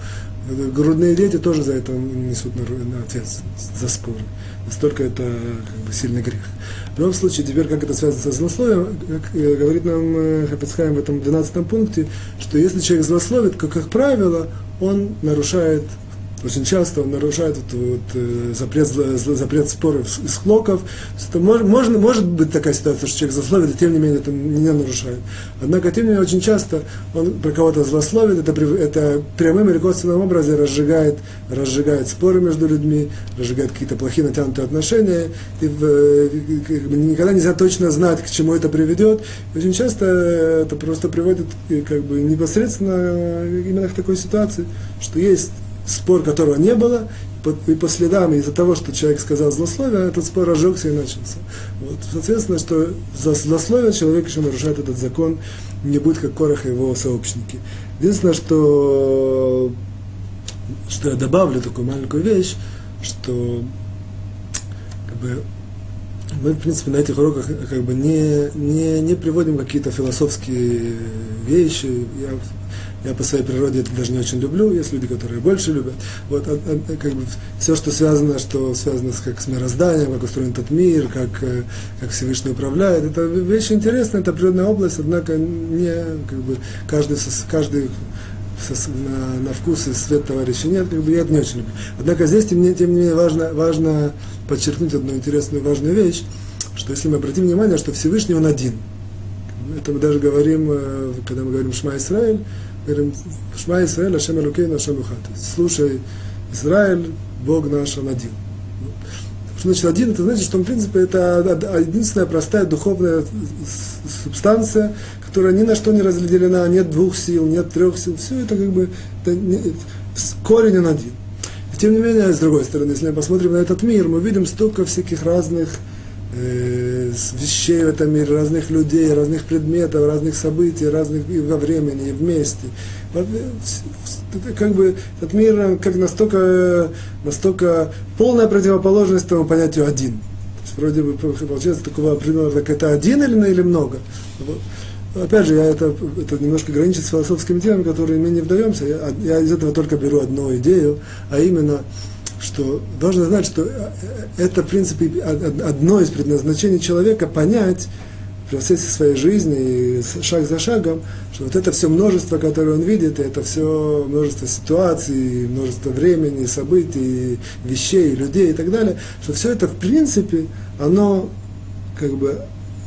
Грудные дети тоже за это несут ответственность, за споры. Настолько это как бы сильный грех. В любом случае, теперь как это связано со злословием, как говорит нам Хафец Хаим в этом двенадцатом пункте, что если человек злословит, то, как правило, он нарушает, очень часто он нарушает вот, вот, запрет, запрет споров и схлоков. Это мож, можно, может быть такая ситуация, что человек злословит, и тем не менее это не нарушает. Однако, тем не менее, очень часто он про кого-то злословит, это, это прямым или косвенным образом разжигает, разжигает споры между людьми, разжигает какие-то плохие натянутые отношения, и в, как бы, никогда нельзя точно знать, к чему это приведет. И очень часто это просто приводит как бы, непосредственно именно к такой ситуации, что есть спор, которого не было, и по следам, из-за того, что человек сказал злословие, этот спор разжегся и начался. Вот. Соответственно, что за злословие человек еще нарушает этот закон, не будет как Корах и его сообщники. Единственное, что, что я добавлю такую маленькую вещь, что как бы, мы, в принципе, на этих уроках как бы, не, не, не приводим какие-то философские вещи. Я, Я по своей природе это даже не очень люблю, есть люди, которые больше любят. Вот, а, а, как бы, все, что связано, что связано с, как, с мирозданием, как устроен этот мир, как, как Всевышний управляет, это вещи интересные, это природная область, однако не, как бы, каждый, каждый на, на вкус и свет товарища нет, как бы, я это не очень люблю. Однако здесь, тем не, тем не менее, важно, важно подчеркнуть одну интересную, важную вещь, что если мы обратим внимание, что Всевышний Он один. Это мы даже говорим, когда мы говорим «Шма Исраэль», говорим «Шма Исраэль, Ашем Элокейну, Ашем Эхад». Слушай, Израиль, Бог наш, Он один. Что значит один? Это значит, что, в принципе, это единственная простая духовная субстанция, которая ни на что не разделена, нет двух сил, нет трех сил. Все это как бы это не, корень он один. И, тем не менее, с другой стороны, если мы посмотрим на этот мир, мы видим столько всяких разных э, вещей в этом мире, разных людей, разных предметов, разных событий, разных и во времени, и вместе. Как бы этот мир как настолько, настолько полная противоположность тому понятию один. То есть, вроде бы получается такого определенного, так это один или, или много. Вот. Опять же, я это, это немножко граничит с философскими темами, которые мы не вдаемся. Я, я из этого только беру одну идею, а именно, что должен знать, что это, в принципе, одно из предназначений человека понять в процессе своей жизни, шаг за шагом, что вот это все множество, которое он видит, это все множество ситуаций, множество времени, событий, вещей, людей и так далее, что все это, в принципе, оно как бы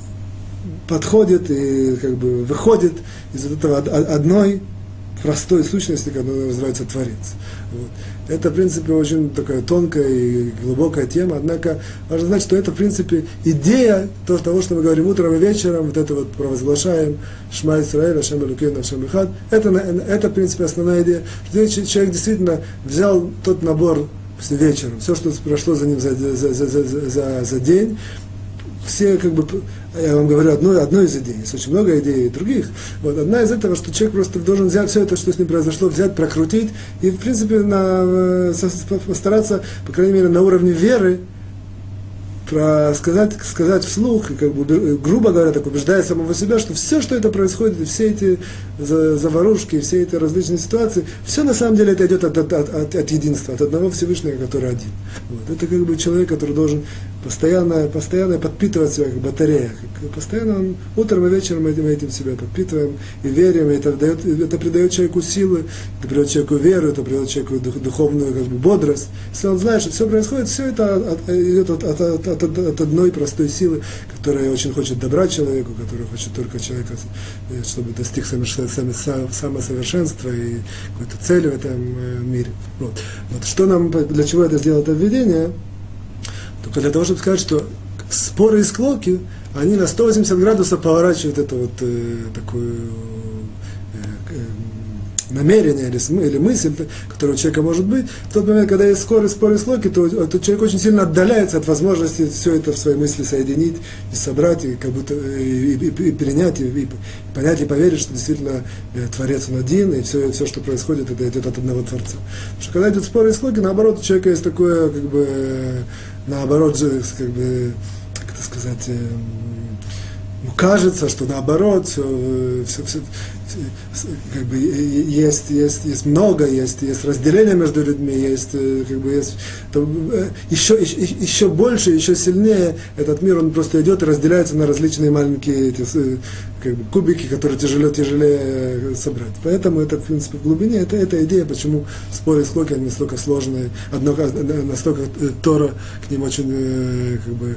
подходит и как бы выходит из этого одной простой сущности, которая называется Творец. Вот. Это, в принципе, очень такая тонкая и глубокая тема, однако важно знать, что это, в принципе, идея того, что мы говорим утром и вечером, вот это вот провозглашаем Шма Исраэль, Ашем Элокейну, Ашем Эхад, это, это, в принципе, основная идея, что человек действительно взял тот набор вечером, все, что прошло за ним за, за, за, за, за, за день, все, как бы, я вам говорю, одну, одну из идей, есть очень много идей других. Вот, одна из этого, что человек просто должен взять все это, что с ним произошло, взять, прокрутить, и, в принципе, на, постараться, по крайней мере, на уровне веры, про сказать, сказать вслух, и как бы, грубо говоря, так убеждая самого себя, что все, что это происходит, и все эти заварушки, все эти различные ситуации, все на самом деле это идет от, от, от, от единства, от одного Всевышнего, который один. Вот. Это как бы человек, который должен постоянно, постоянно подпитывать себя, как батарея. Как, постоянно он, утром и вечером мы этим, этим себя подпитываем и верим, и это, дает, это придает человеку силы, это придает человеку веру, это придает человеку дух, духовную как бы, бодрость. Если он знает, что все происходит, все это от, идет от, от, от, от, от одной простой силы, которая очень хочет добра человеку, которая хочет только человека, чтобы достиг самосовершенства и какой-то цели в этом мире. Вот. Вот. Что нам, для чего это сделало это введение? Только для того, чтобы сказать, что споры и склоки, они на сто восемьдесят градусов поворачивают эту вот э, такую э, э, намерение или, или мысль, которая у человека может быть. В тот момент, когда есть споры, споры и склоки, то, то человек очень сильно отдаляется от возможности все это в своей мысли соединить и собрать, и как будто и, и, и перенять, и, и понять, и поверить, что действительно э, Творец он один, и все, все, что происходит, это идет от одного Творца. Потому что когда идут споры и склоки, наоборот, у человека есть такое, как бы, наоборот же, как бы, как это сказать, э, кажется, что наоборот, все, все, все, как бы есть, есть, есть много, есть, есть разделение между людьми, есть, как бы есть, то, еще, еще, еще больше, еще сильнее этот мир, он просто идет и разделяется на различные маленькие эти, как бы, кубики, которые тяжелее, тяжелее собрать. Поэтому это, в принципе, в глубине, это, это идея, почему споры и склоки, они настолько сложные, однако, настолько Тора к ним очень как бы,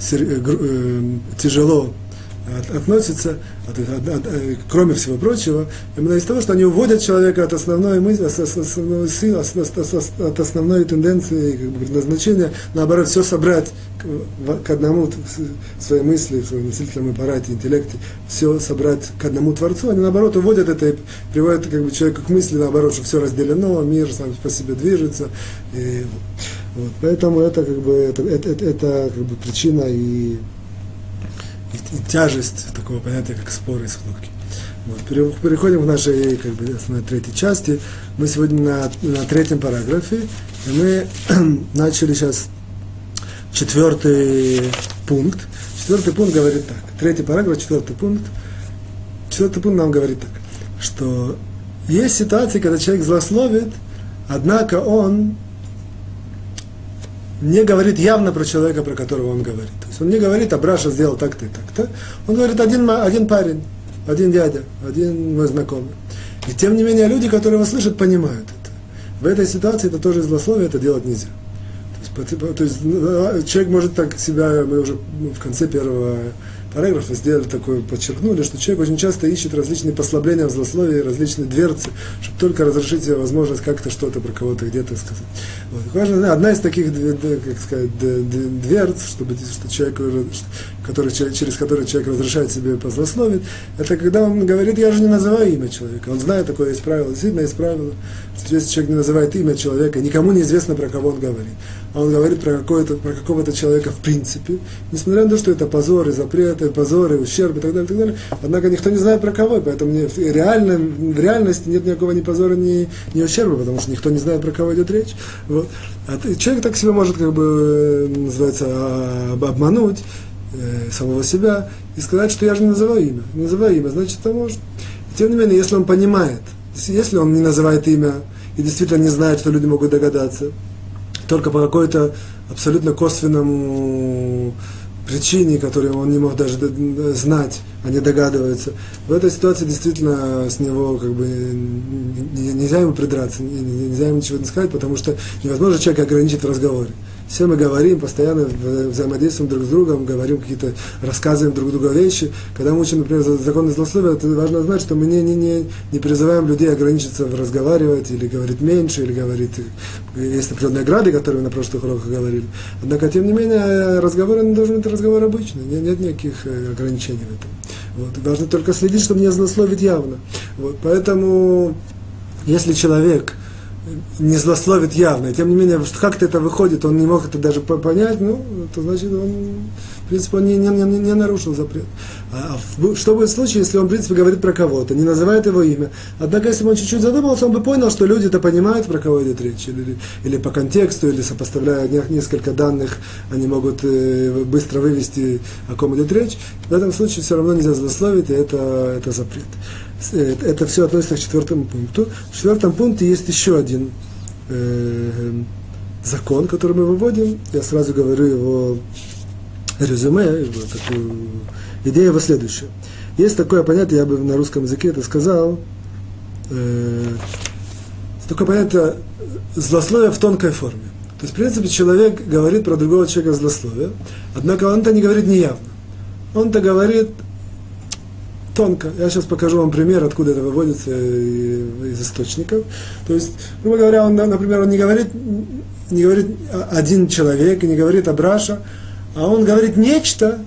тяжело относится, от, от, от, кроме всего прочего, именно из того, что они уводят человека от основной мысли, от основной силы, от основной тенденции, как бы, предназначения, наоборот, все собрать к, к одному своей мысли, в своем мыслительном аппарате, интеллекте, все собрать к одному Творцу, они, наоборот, уводят это и приводят как бы, человека к мысли, наоборот, что все разделено, мир сам по себе движется. И, вот, поэтому это, как бы, это, это, это, это как бы, причина и и тяжесть такого понятия, как споры и схлопки. Вот. Переходим к нашей как бы, основной третьей части. Мы сегодня на, на третьем параграфе, и мы начали сейчас четвертый пункт. Четвертый пункт говорит так. Третий параграф, четвертый пункт. Четвертый пункт нам говорит так, что есть ситуации, когда человек злословит, однако он не говорит явно про человека, про которого он говорит. То есть он не говорит, а Браша сделал так-то и так-то. Он говорит, один, один парень, один дядя, один мой знакомый. И тем не менее люди, которые его слышат, понимают это. В этой ситуации это тоже злословие, это делать нельзя. То есть, то есть человек может так себя, мы уже в конце первого параграфа сделали такое, подчеркнули, что человек очень часто ищет различные послабления в злословии, различные дверцы, чтобы только разрешить себе возможность как-то что-то про кого-то где-то сказать. Вот. Важно, одна из таких, как сказать, дверц, чтобы, что человек, который, через который человек разрешает себе позлословить, это когда он говорит, я же не называю имя человека. Он знает, такое есть правило, действительно есть правило, что если человек не называет имя человека, никому не известно, про кого он говорит. А он говорит про, какое-то, про какого-то человека в принципе, несмотря на то, что это позор и запрет, и позор и ущерб и так далее, и так далее. Однако никто не знает про кого, поэтому в, реально, в реальности нет никакого ни позора, ни, ни ущерба, потому что никто не знает, про кого идет речь. Вот. А человек так себя может, как бы, называется, обмануть э, самого себя и сказать, что я же не называю имя. Не называю имя, значит, это может. И тем не менее, если он понимает, если он не называет имя и действительно не знает, что люди могут догадаться, только по какой-то абсолютно косвенному причине, которую он не мог даже знать, а не догадывается. В этой ситуации действительно с него как бы нельзя ему придраться, нельзя ему ничего не сказать, потому что невозможно человека ограничить в разговоре. Все мы говорим, постоянно взаимодействуем друг с другом, говорим какие-то, рассказываем друг другу вещи. Когда мы учим, например, законы злословия, это важно знать, что мы не, не, не, не призываем людей ограничиться в разговаривать, или говорить меньше, или говорить... Есть определенные грады, которые мы на прошлых уроках говорили. Однако, тем не менее, разговор не должен быть разговор обычный, нет, нет никаких ограничений в этом. Вот. Важно только следить, чтобы не злословить явно. Вот. Поэтому, если человек не злословит явно, и тем не менее, как-то это выходит, он не мог это даже понять, ну, то значит, он, в принципе, он не, не, не, не нарушил запрет. А что будет в случае, если он, в принципе, говорит про кого-то, не называет его имя, однако, если бы он чуть-чуть задумался, он бы понял, что люди это понимают, про кого идет речь, или, или по контексту, или сопоставляя несколько данных, они могут э, быстро вывести, о ком идет речь. В этом случае все равно нельзя злословить, и это, это запрет. Это все относится к четвертому пункту. В четвертом пункте есть еще один э, закон, который мы выводим. Я сразу говорю его резюме, его такую, идея его следующая. Есть такое понятие, я бы на русском языке это сказал, э, такое понятие злословие в тонкой форме. То есть, в принципе, человек говорит про другого человека злословие, однако он-то не говорит неявно. Он-то говорит тонко. Я сейчас покажу вам пример, откуда это выводится из источников. То есть, грубо говоря, он, например, он не говорит, не говорит один человек, и не говорит о Браша, а он говорит нечто,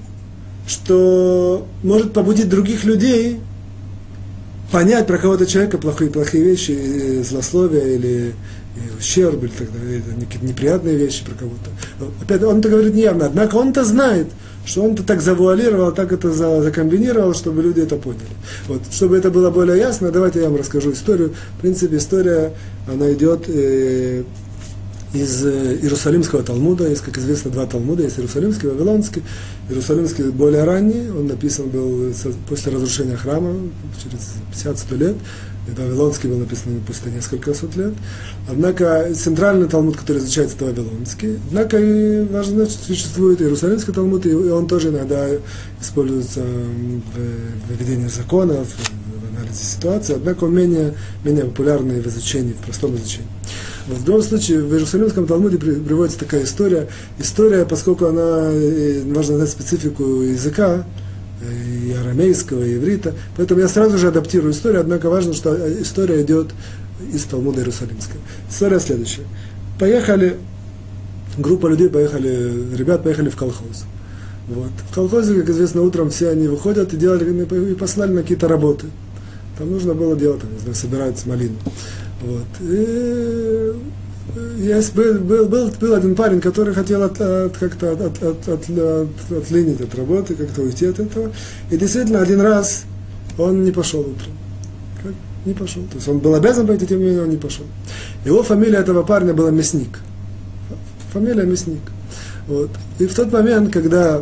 что может побудить других людей понять про кого-то человека плохие, плохие вещи, злословия или ущерб, или так далее, какие-то неприятные вещи про кого-то. Опять, он это говорит неявно, однако он-то знает, что он-то так завуалировал, так это закомбинировал, чтобы люди это поняли. Вот. Чтобы это было более ясно, давайте я вам расскажу историю. В принципе, история, она идет э, из Иерусалимского Талмуда. Есть, как известно, два Талмуда. Есть Иерусалимский и Вавилонский. Иерусалимский более ранний. Он написан был после разрушения храма, через пятьдесят-сто лет. И Вавилонский был написан после несколько сот лет. Однако центральный Талмуд, который изучается, это Вавилонский. Однако и важно, что существует Иерусалимский Талмуд, и он тоже иногда используется в введении законов, в анализе ситуации. Однако он менее, менее популярный в изучении, в простом изучении. В любом случае, в Иерусалимском Талмуде приводится такая история. История, поскольку она, важно знать специфику языка, и арамейского, и иврита. Поэтому я сразу же адаптирую историю, однако важно, что история идет из Талмуда Иерусалимского. История следующая. Поехали, группа людей поехали, ребят поехали в колхоз. Вот. В колхозе, как известно, утром все они выходят и, делали, и послали на какие-то работы. Там нужно было делать, там, не знаю, собирать малину. Вот. И есть, был, был, был, был один парень, который хотел от, от, как-то от, от, от, от, от, отлинить от работы, как-то уйти от этого. И действительно, один раз он не пошел утром. Как? Не пошел. То есть он был обязан пойти, тем не менее он не пошел. Его фамилия этого парня была Мясник. Фамилия Мясник. Вот. И в тот момент, когда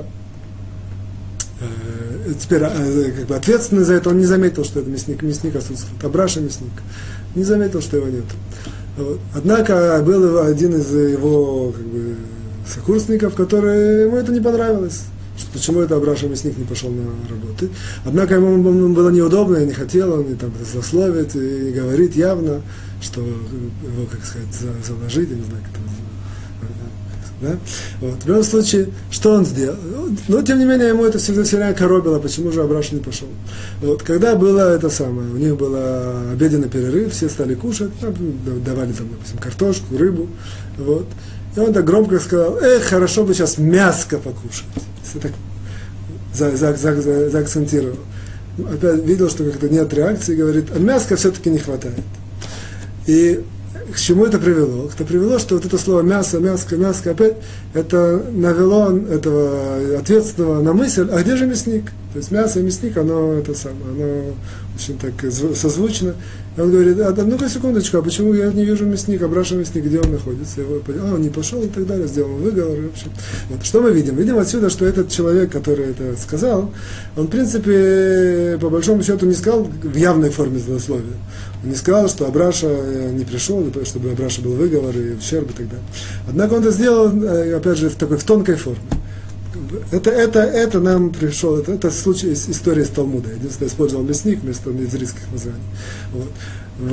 э, теперь э, как бы ответственный за это, он не заметил, что это мясник, мясник отсутствует. Абраша Мясник. Не заметил, что его нет. Вот. Однако был один из его как бы, сокурсников, который ему это не понравилось. Что, почему это Абраша Мясник не пошел на работу. Однако ему было неудобно, и не хотел он и там злословить, и говорить явно, что его, как сказать, заложить, я не знаю, как это называется. Да? Вот. В любом случае, что он сделал? Но, тем не менее, ему это всегда все время коробило, почему же Абраша не пошел. Вот. Когда было это самое, у них был обеденный перерыв, все стали кушать, давали там, допустим, картошку, рыбу. Вот. И он так громко сказал: эх, хорошо бы сейчас мяско покушать. Если так за, за, за, за, заакцентировал. Опять видел, что как-то нет реакции, говорит, а мяска все-таки не хватает. И к чему это привело? Это привело, что вот это слово мясо, мяско, мяско, опять это навело этого ответственного на мысль, а где же мясник? То есть мясо и мясник, оно это самое, оно очень так созвучно. И он говорит: а, ну-ка секундочку, а почему я не вижу мясника, Абраша Мясник, где он находится? Его, а, он не пошел и так далее, сделал выговор. В общем. Вот. Что мы видим? Видим отсюда, что этот человек, который это сказал, он, в принципе, по большому счету не сказал в явной форме злословия. Он не сказал, что Абраша не пришел, чтобы Абраша был выговор и ущерб и так далее. Однако он это сделал, опять же, в такой в тонкой форме. Это, это, это нам пришел, это, это случай, история из Талмуда. Единственное, использовал мясник вместо еврейских названий. Вот. В,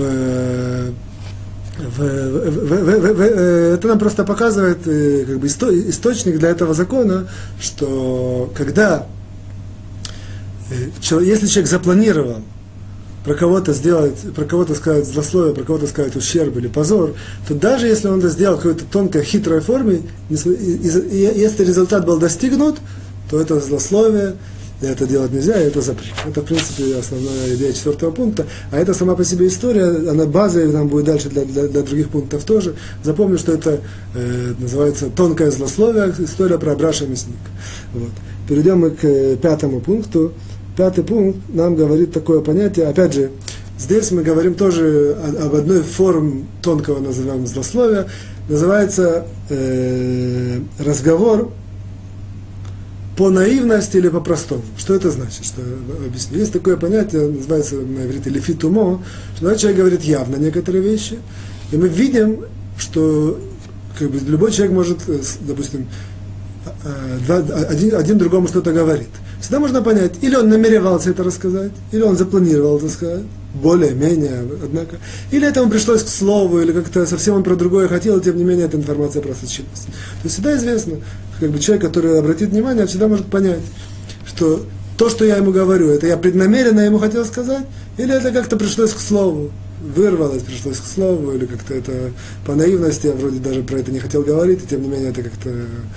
в, в, в, в, в, это нам просто показывает как бы, исто, источник для этого закона, что когда, если человек запланировал про кого-то сделать, про кого-то сказать злословие, про кого-то сказать ущерб или позор, то даже если он это сделал в какой-то тонкой, хитрой форме, и, и, и если результат был достигнут, то это злословие, и это делать нельзя, и это запрет. Это, в принципе, основная идея четвертого пункта. А это сама по себе история, она базовая, нам будет дальше для, для, для других пунктов тоже. Запомню, что это э, называется тонкое злословие, история про Абраша Мясник. Вот. Перейдем мы к пятому пункту. Пятый пункт нам говорит такое понятие, опять же, здесь мы говорим тоже об одной форме тонкого, называемого злословия, называется э, разговор по наивности или по-простому. Что это значит? Что, объясню. Есть такое понятие, называется на иврите лефитумо, что человек говорит явно некоторые вещи, и мы видим, что как бы, любой человек может, допустим, один, один другому что-то говорит. Всегда можно понять, или он намеревался это рассказать, или он запланировал это сказать, более-менее, однако. Или этому пришлось к слову, или как-то совсем он про другое хотел, и тем не менее эта информация просочилась. То есть всегда известно, как бы человек, который обратит внимание, всегда может понять, что то, что я ему говорю, это я преднамеренно ему хотел сказать, или это как-то пришлось к слову, вырвалось, пришлось к слову, или как-то это по наивности, я вроде даже про это не хотел говорить, и тем не менее это как-то...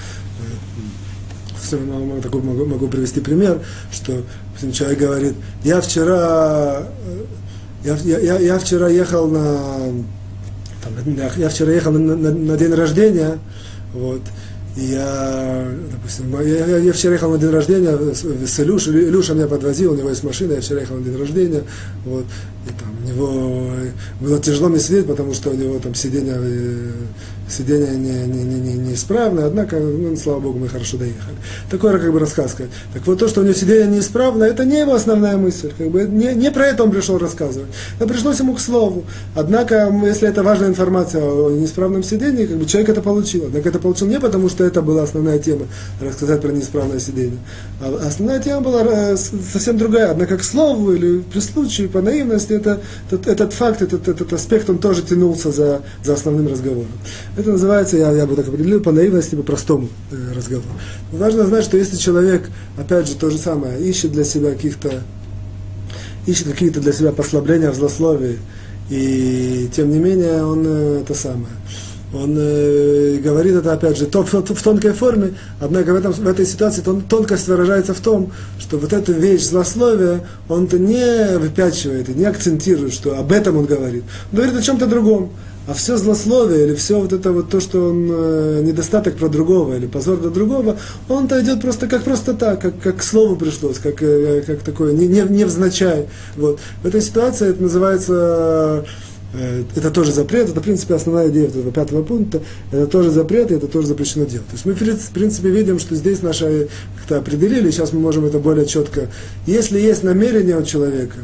Такой могу, могу привести пример, что человек говорит: я вчера, я, я, я вчера ехал на, там, я вчера ехал на, на, на день рождения, вот, и я, допустим, я, я вчера ехал на день рождения с Илюшей, Илюша меня подвозил, у него есть машина, я вчера ехал на день рождения, вот, и там у него было тяжело мне сидеть, потому что у него там сиденье, сиденье не, не, не, не, неисправное, однако, ну, слава Богу, мы хорошо доехали. Такой как бы рассказ. Так вот, то, что у него сиденье неисправно, это не его основная мысль. Как бы, не, не про это он пришел рассказывать. Это пришлось ему к слову. Однако, если это важная информация о неисправном сидении, как бы человек это получил. Однако это получил не потому, что это была основная тема, рассказать про неисправное сиденье. А основная тема была совсем другая. Однако к слову или при случае, по наивности, это, этот, этот факт, этот, этот аспект, он тоже тянулся за, за основным разговором. Это называется, я, я бы так определил, по наивности, по простому э, разговору. Но важно знать, что если человек, опять же, то же самое, ищет для себя каких-то, ищет какие-то для себя послабления в злословии, и тем не менее он э, это самое, он э, говорит это, опять же, то, в, в тонкой форме, однако в, этом, в этой ситуации тон, тонкость выражается в том, что вот эту вещь злословия он-то не выпячивает и не акцентирует, что об этом он говорит. Он говорит о чем-то другом. А все злословие, или все вот это вот то, что он э, недостаток про другого, или позор для другого, он-то идет просто как просто так, как, как к слову пришлось, как, э, как такое, не, не, невзначай. Вот. В этой ситуации это называется, э, это тоже запрет, это в принципе основная идея этого пятого пункта, это тоже запрет, и это тоже запрещено делать. То есть мы в принципе видим, что здесь наши как-то определили, сейчас мы можем это более четко, если есть намерение у человека,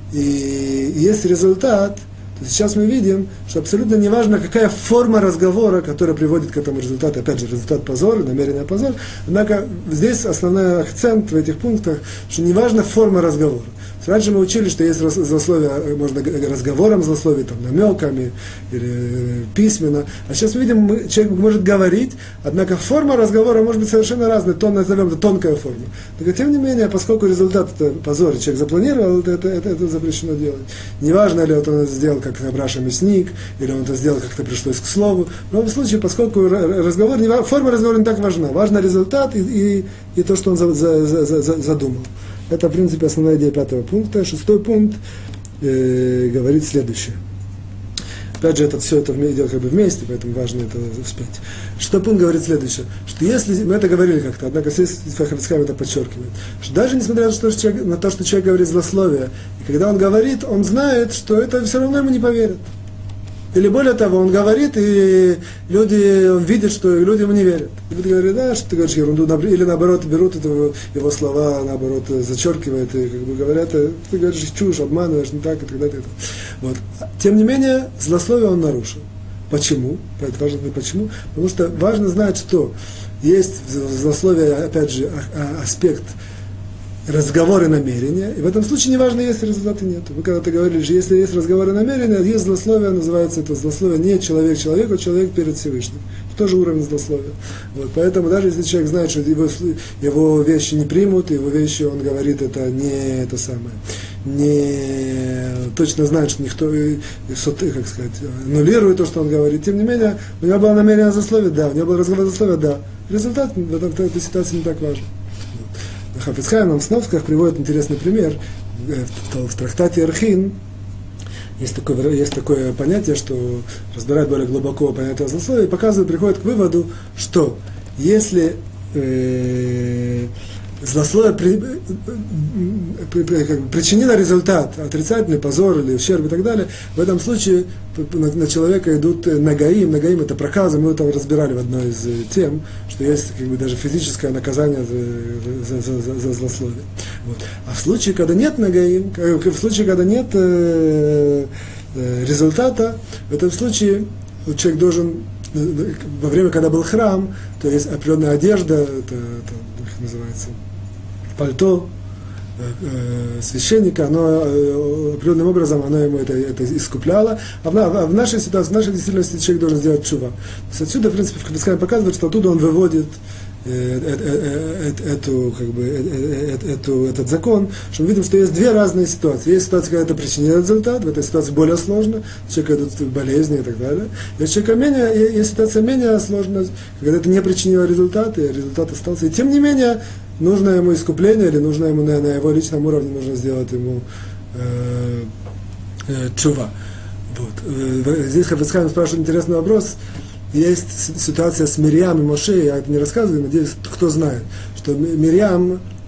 и есть результат, сейчас мы видим, что абсолютно неважно, какая форма разговора, которая приводит к этому результату. Опять же, результат позор, намерение позор. Однако здесь основной акцент в этих пунктах, что неважно форма разговора. Раньше мы учили, что есть злословие, можно разговором злословить, там, намеками или письменно. А сейчас мы видим, мы, человек может говорить, однако форма разговора может быть совершенно разная, тон, назовем это тонкая форма. Так, тем не менее, поскольку результат это позор, человек запланировал, это, это, это запрещено делать. Неважно, ли он это сделал как Абраша Мясник, или он это сделал как-то пришлось к слову. В любом случае, поскольку разговор, форма разговора не так важна, важен результат и, и, и то, что он за, за, за, за, задумал. Это, в принципе, основная идея пятого пункта. Шестой пункт э, говорит следующее. Опять же, это все это идет как бы вместе, поэтому важно это успеть. Шестой пункт говорит следующее, что если, мы это говорили как-то, однако здесь Хавицкайм это подчеркивает, что даже несмотря на то, что человек, на то, что человек говорит злословие, и когда он говорит, он знает, что это все равно ему не поверят. Или более того, он говорит, и люди, он видит, что люди ему не верят. И люди говорят, да, что ты говоришь ерунду, или наоборот, берут это, его слова, наоборот, зачеркивают, и как бы говорят, ты говоришь чушь, обманываешь, не так, и так далее. Вот. Тем не менее, злословие он нарушил. Почему? Это важно знать почему. Потому что важно знать, что есть в злословии, опять же, аспект разговоры намерения, и в этом случае неважно, есть результаты нет. Вы когда-то говорили, что если есть разговоры намерения, есть злословие, называется это злословие не человек человеку, а человек перед Всевышним. Это тоже уровень злословия. Вот, поэтому даже если человек знает, что его, его вещи не примут, его вещи, он говорит, это не это самое, не точно знает, что никто, как сказать, аннулирует то, что он говорит. Тем не менее, у него было намерение злословия, да, у него был разговор злословия, да. Результат в, этом, в этой ситуации не так важен. Хавицкайм нам в Сновсках приводит интересный пример. В, в трактате Архин есть такое, есть такое понятие, что разбирает более глубоко понятие злословия, и показывает, приходит к выводу, что если э, злословие при, при, при, как бы причинило результат, отрицательный позор или ущерб и так далее, в этом случае на, на человека идут нагаим. Нагаим — это проказы, мы это разбирали в одной из тем, что есть как бы даже физическое наказание за, за, за, за злословие. Вот. А в случае, когда нет нагаим, в случае, когда нет э, э, результата, в этом случае человек должен, во время, когда был храм, то есть определенная одежда, это, это как называется, пальто э, священника, оно э, определенным образом оно ему это, это искупляло. А в, а в нашей ситуации, в нашей действительности человек должен сделать чува. То есть отсюда, в принципе, в Хавицкайм показывает, что оттуда он выводит э, э, э, э, эту, как бы, э, э, эту, этот закон, что мы видим, что есть две разные ситуации. Есть ситуация, когда это причинило результат, в этой ситуации более сложно, у человека идут болезни и так далее. Есть, человека менее, есть ситуация менее сложная, когда это не причинило результат, и результат остался. И тем не менее, нужно ему искупление, или нужно ему на, на его личном уровне нужно сделать ему э, э, чува. Вот. Здесь Хавицкайм спрашивает интересный вопрос. Есть ситуация с Мирьям и Моше, я это не рассказываю, надеюсь, кто знает, что Мирьям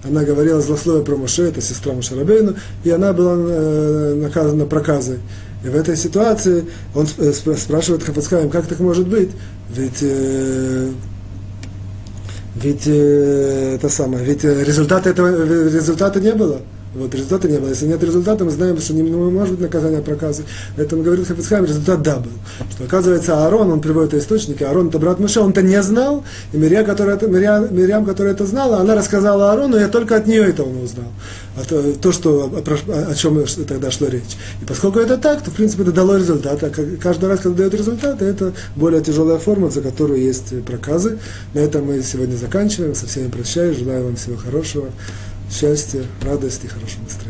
она говорила злословие про Моше, это сестра Моше Рабейну, и она была э, наказана проказой. И в этой ситуации он спрашивает Хафец Хаим, как так может быть? Ведь, э, ведь, э, это самое, ведь результата, этого, результата не было. Вот результата не было. Если нет результата, мы знаем, что не, не может быть наказание проказы. Поэтому говорит Хафец Хаим, результат да был. Что оказывается Аарон, он приводит источники, Аарон это брат Моше, он это не знал, и Мирьям, которая это, Мирьям, Мирьям, которая это знала, она рассказала Аарону, я только от нее это он узнал. А то, то что, о, о чем тогда шла речь. И поскольку это так, то в принципе это дало результат. А каждый раз, когда дает результат, это более тяжелая форма, за которую есть проказы. На этом мы сегодня заканчиваем. Со всеми прощаюсь. Желаю вам всего хорошего, счастья, радости, хорошего настроения.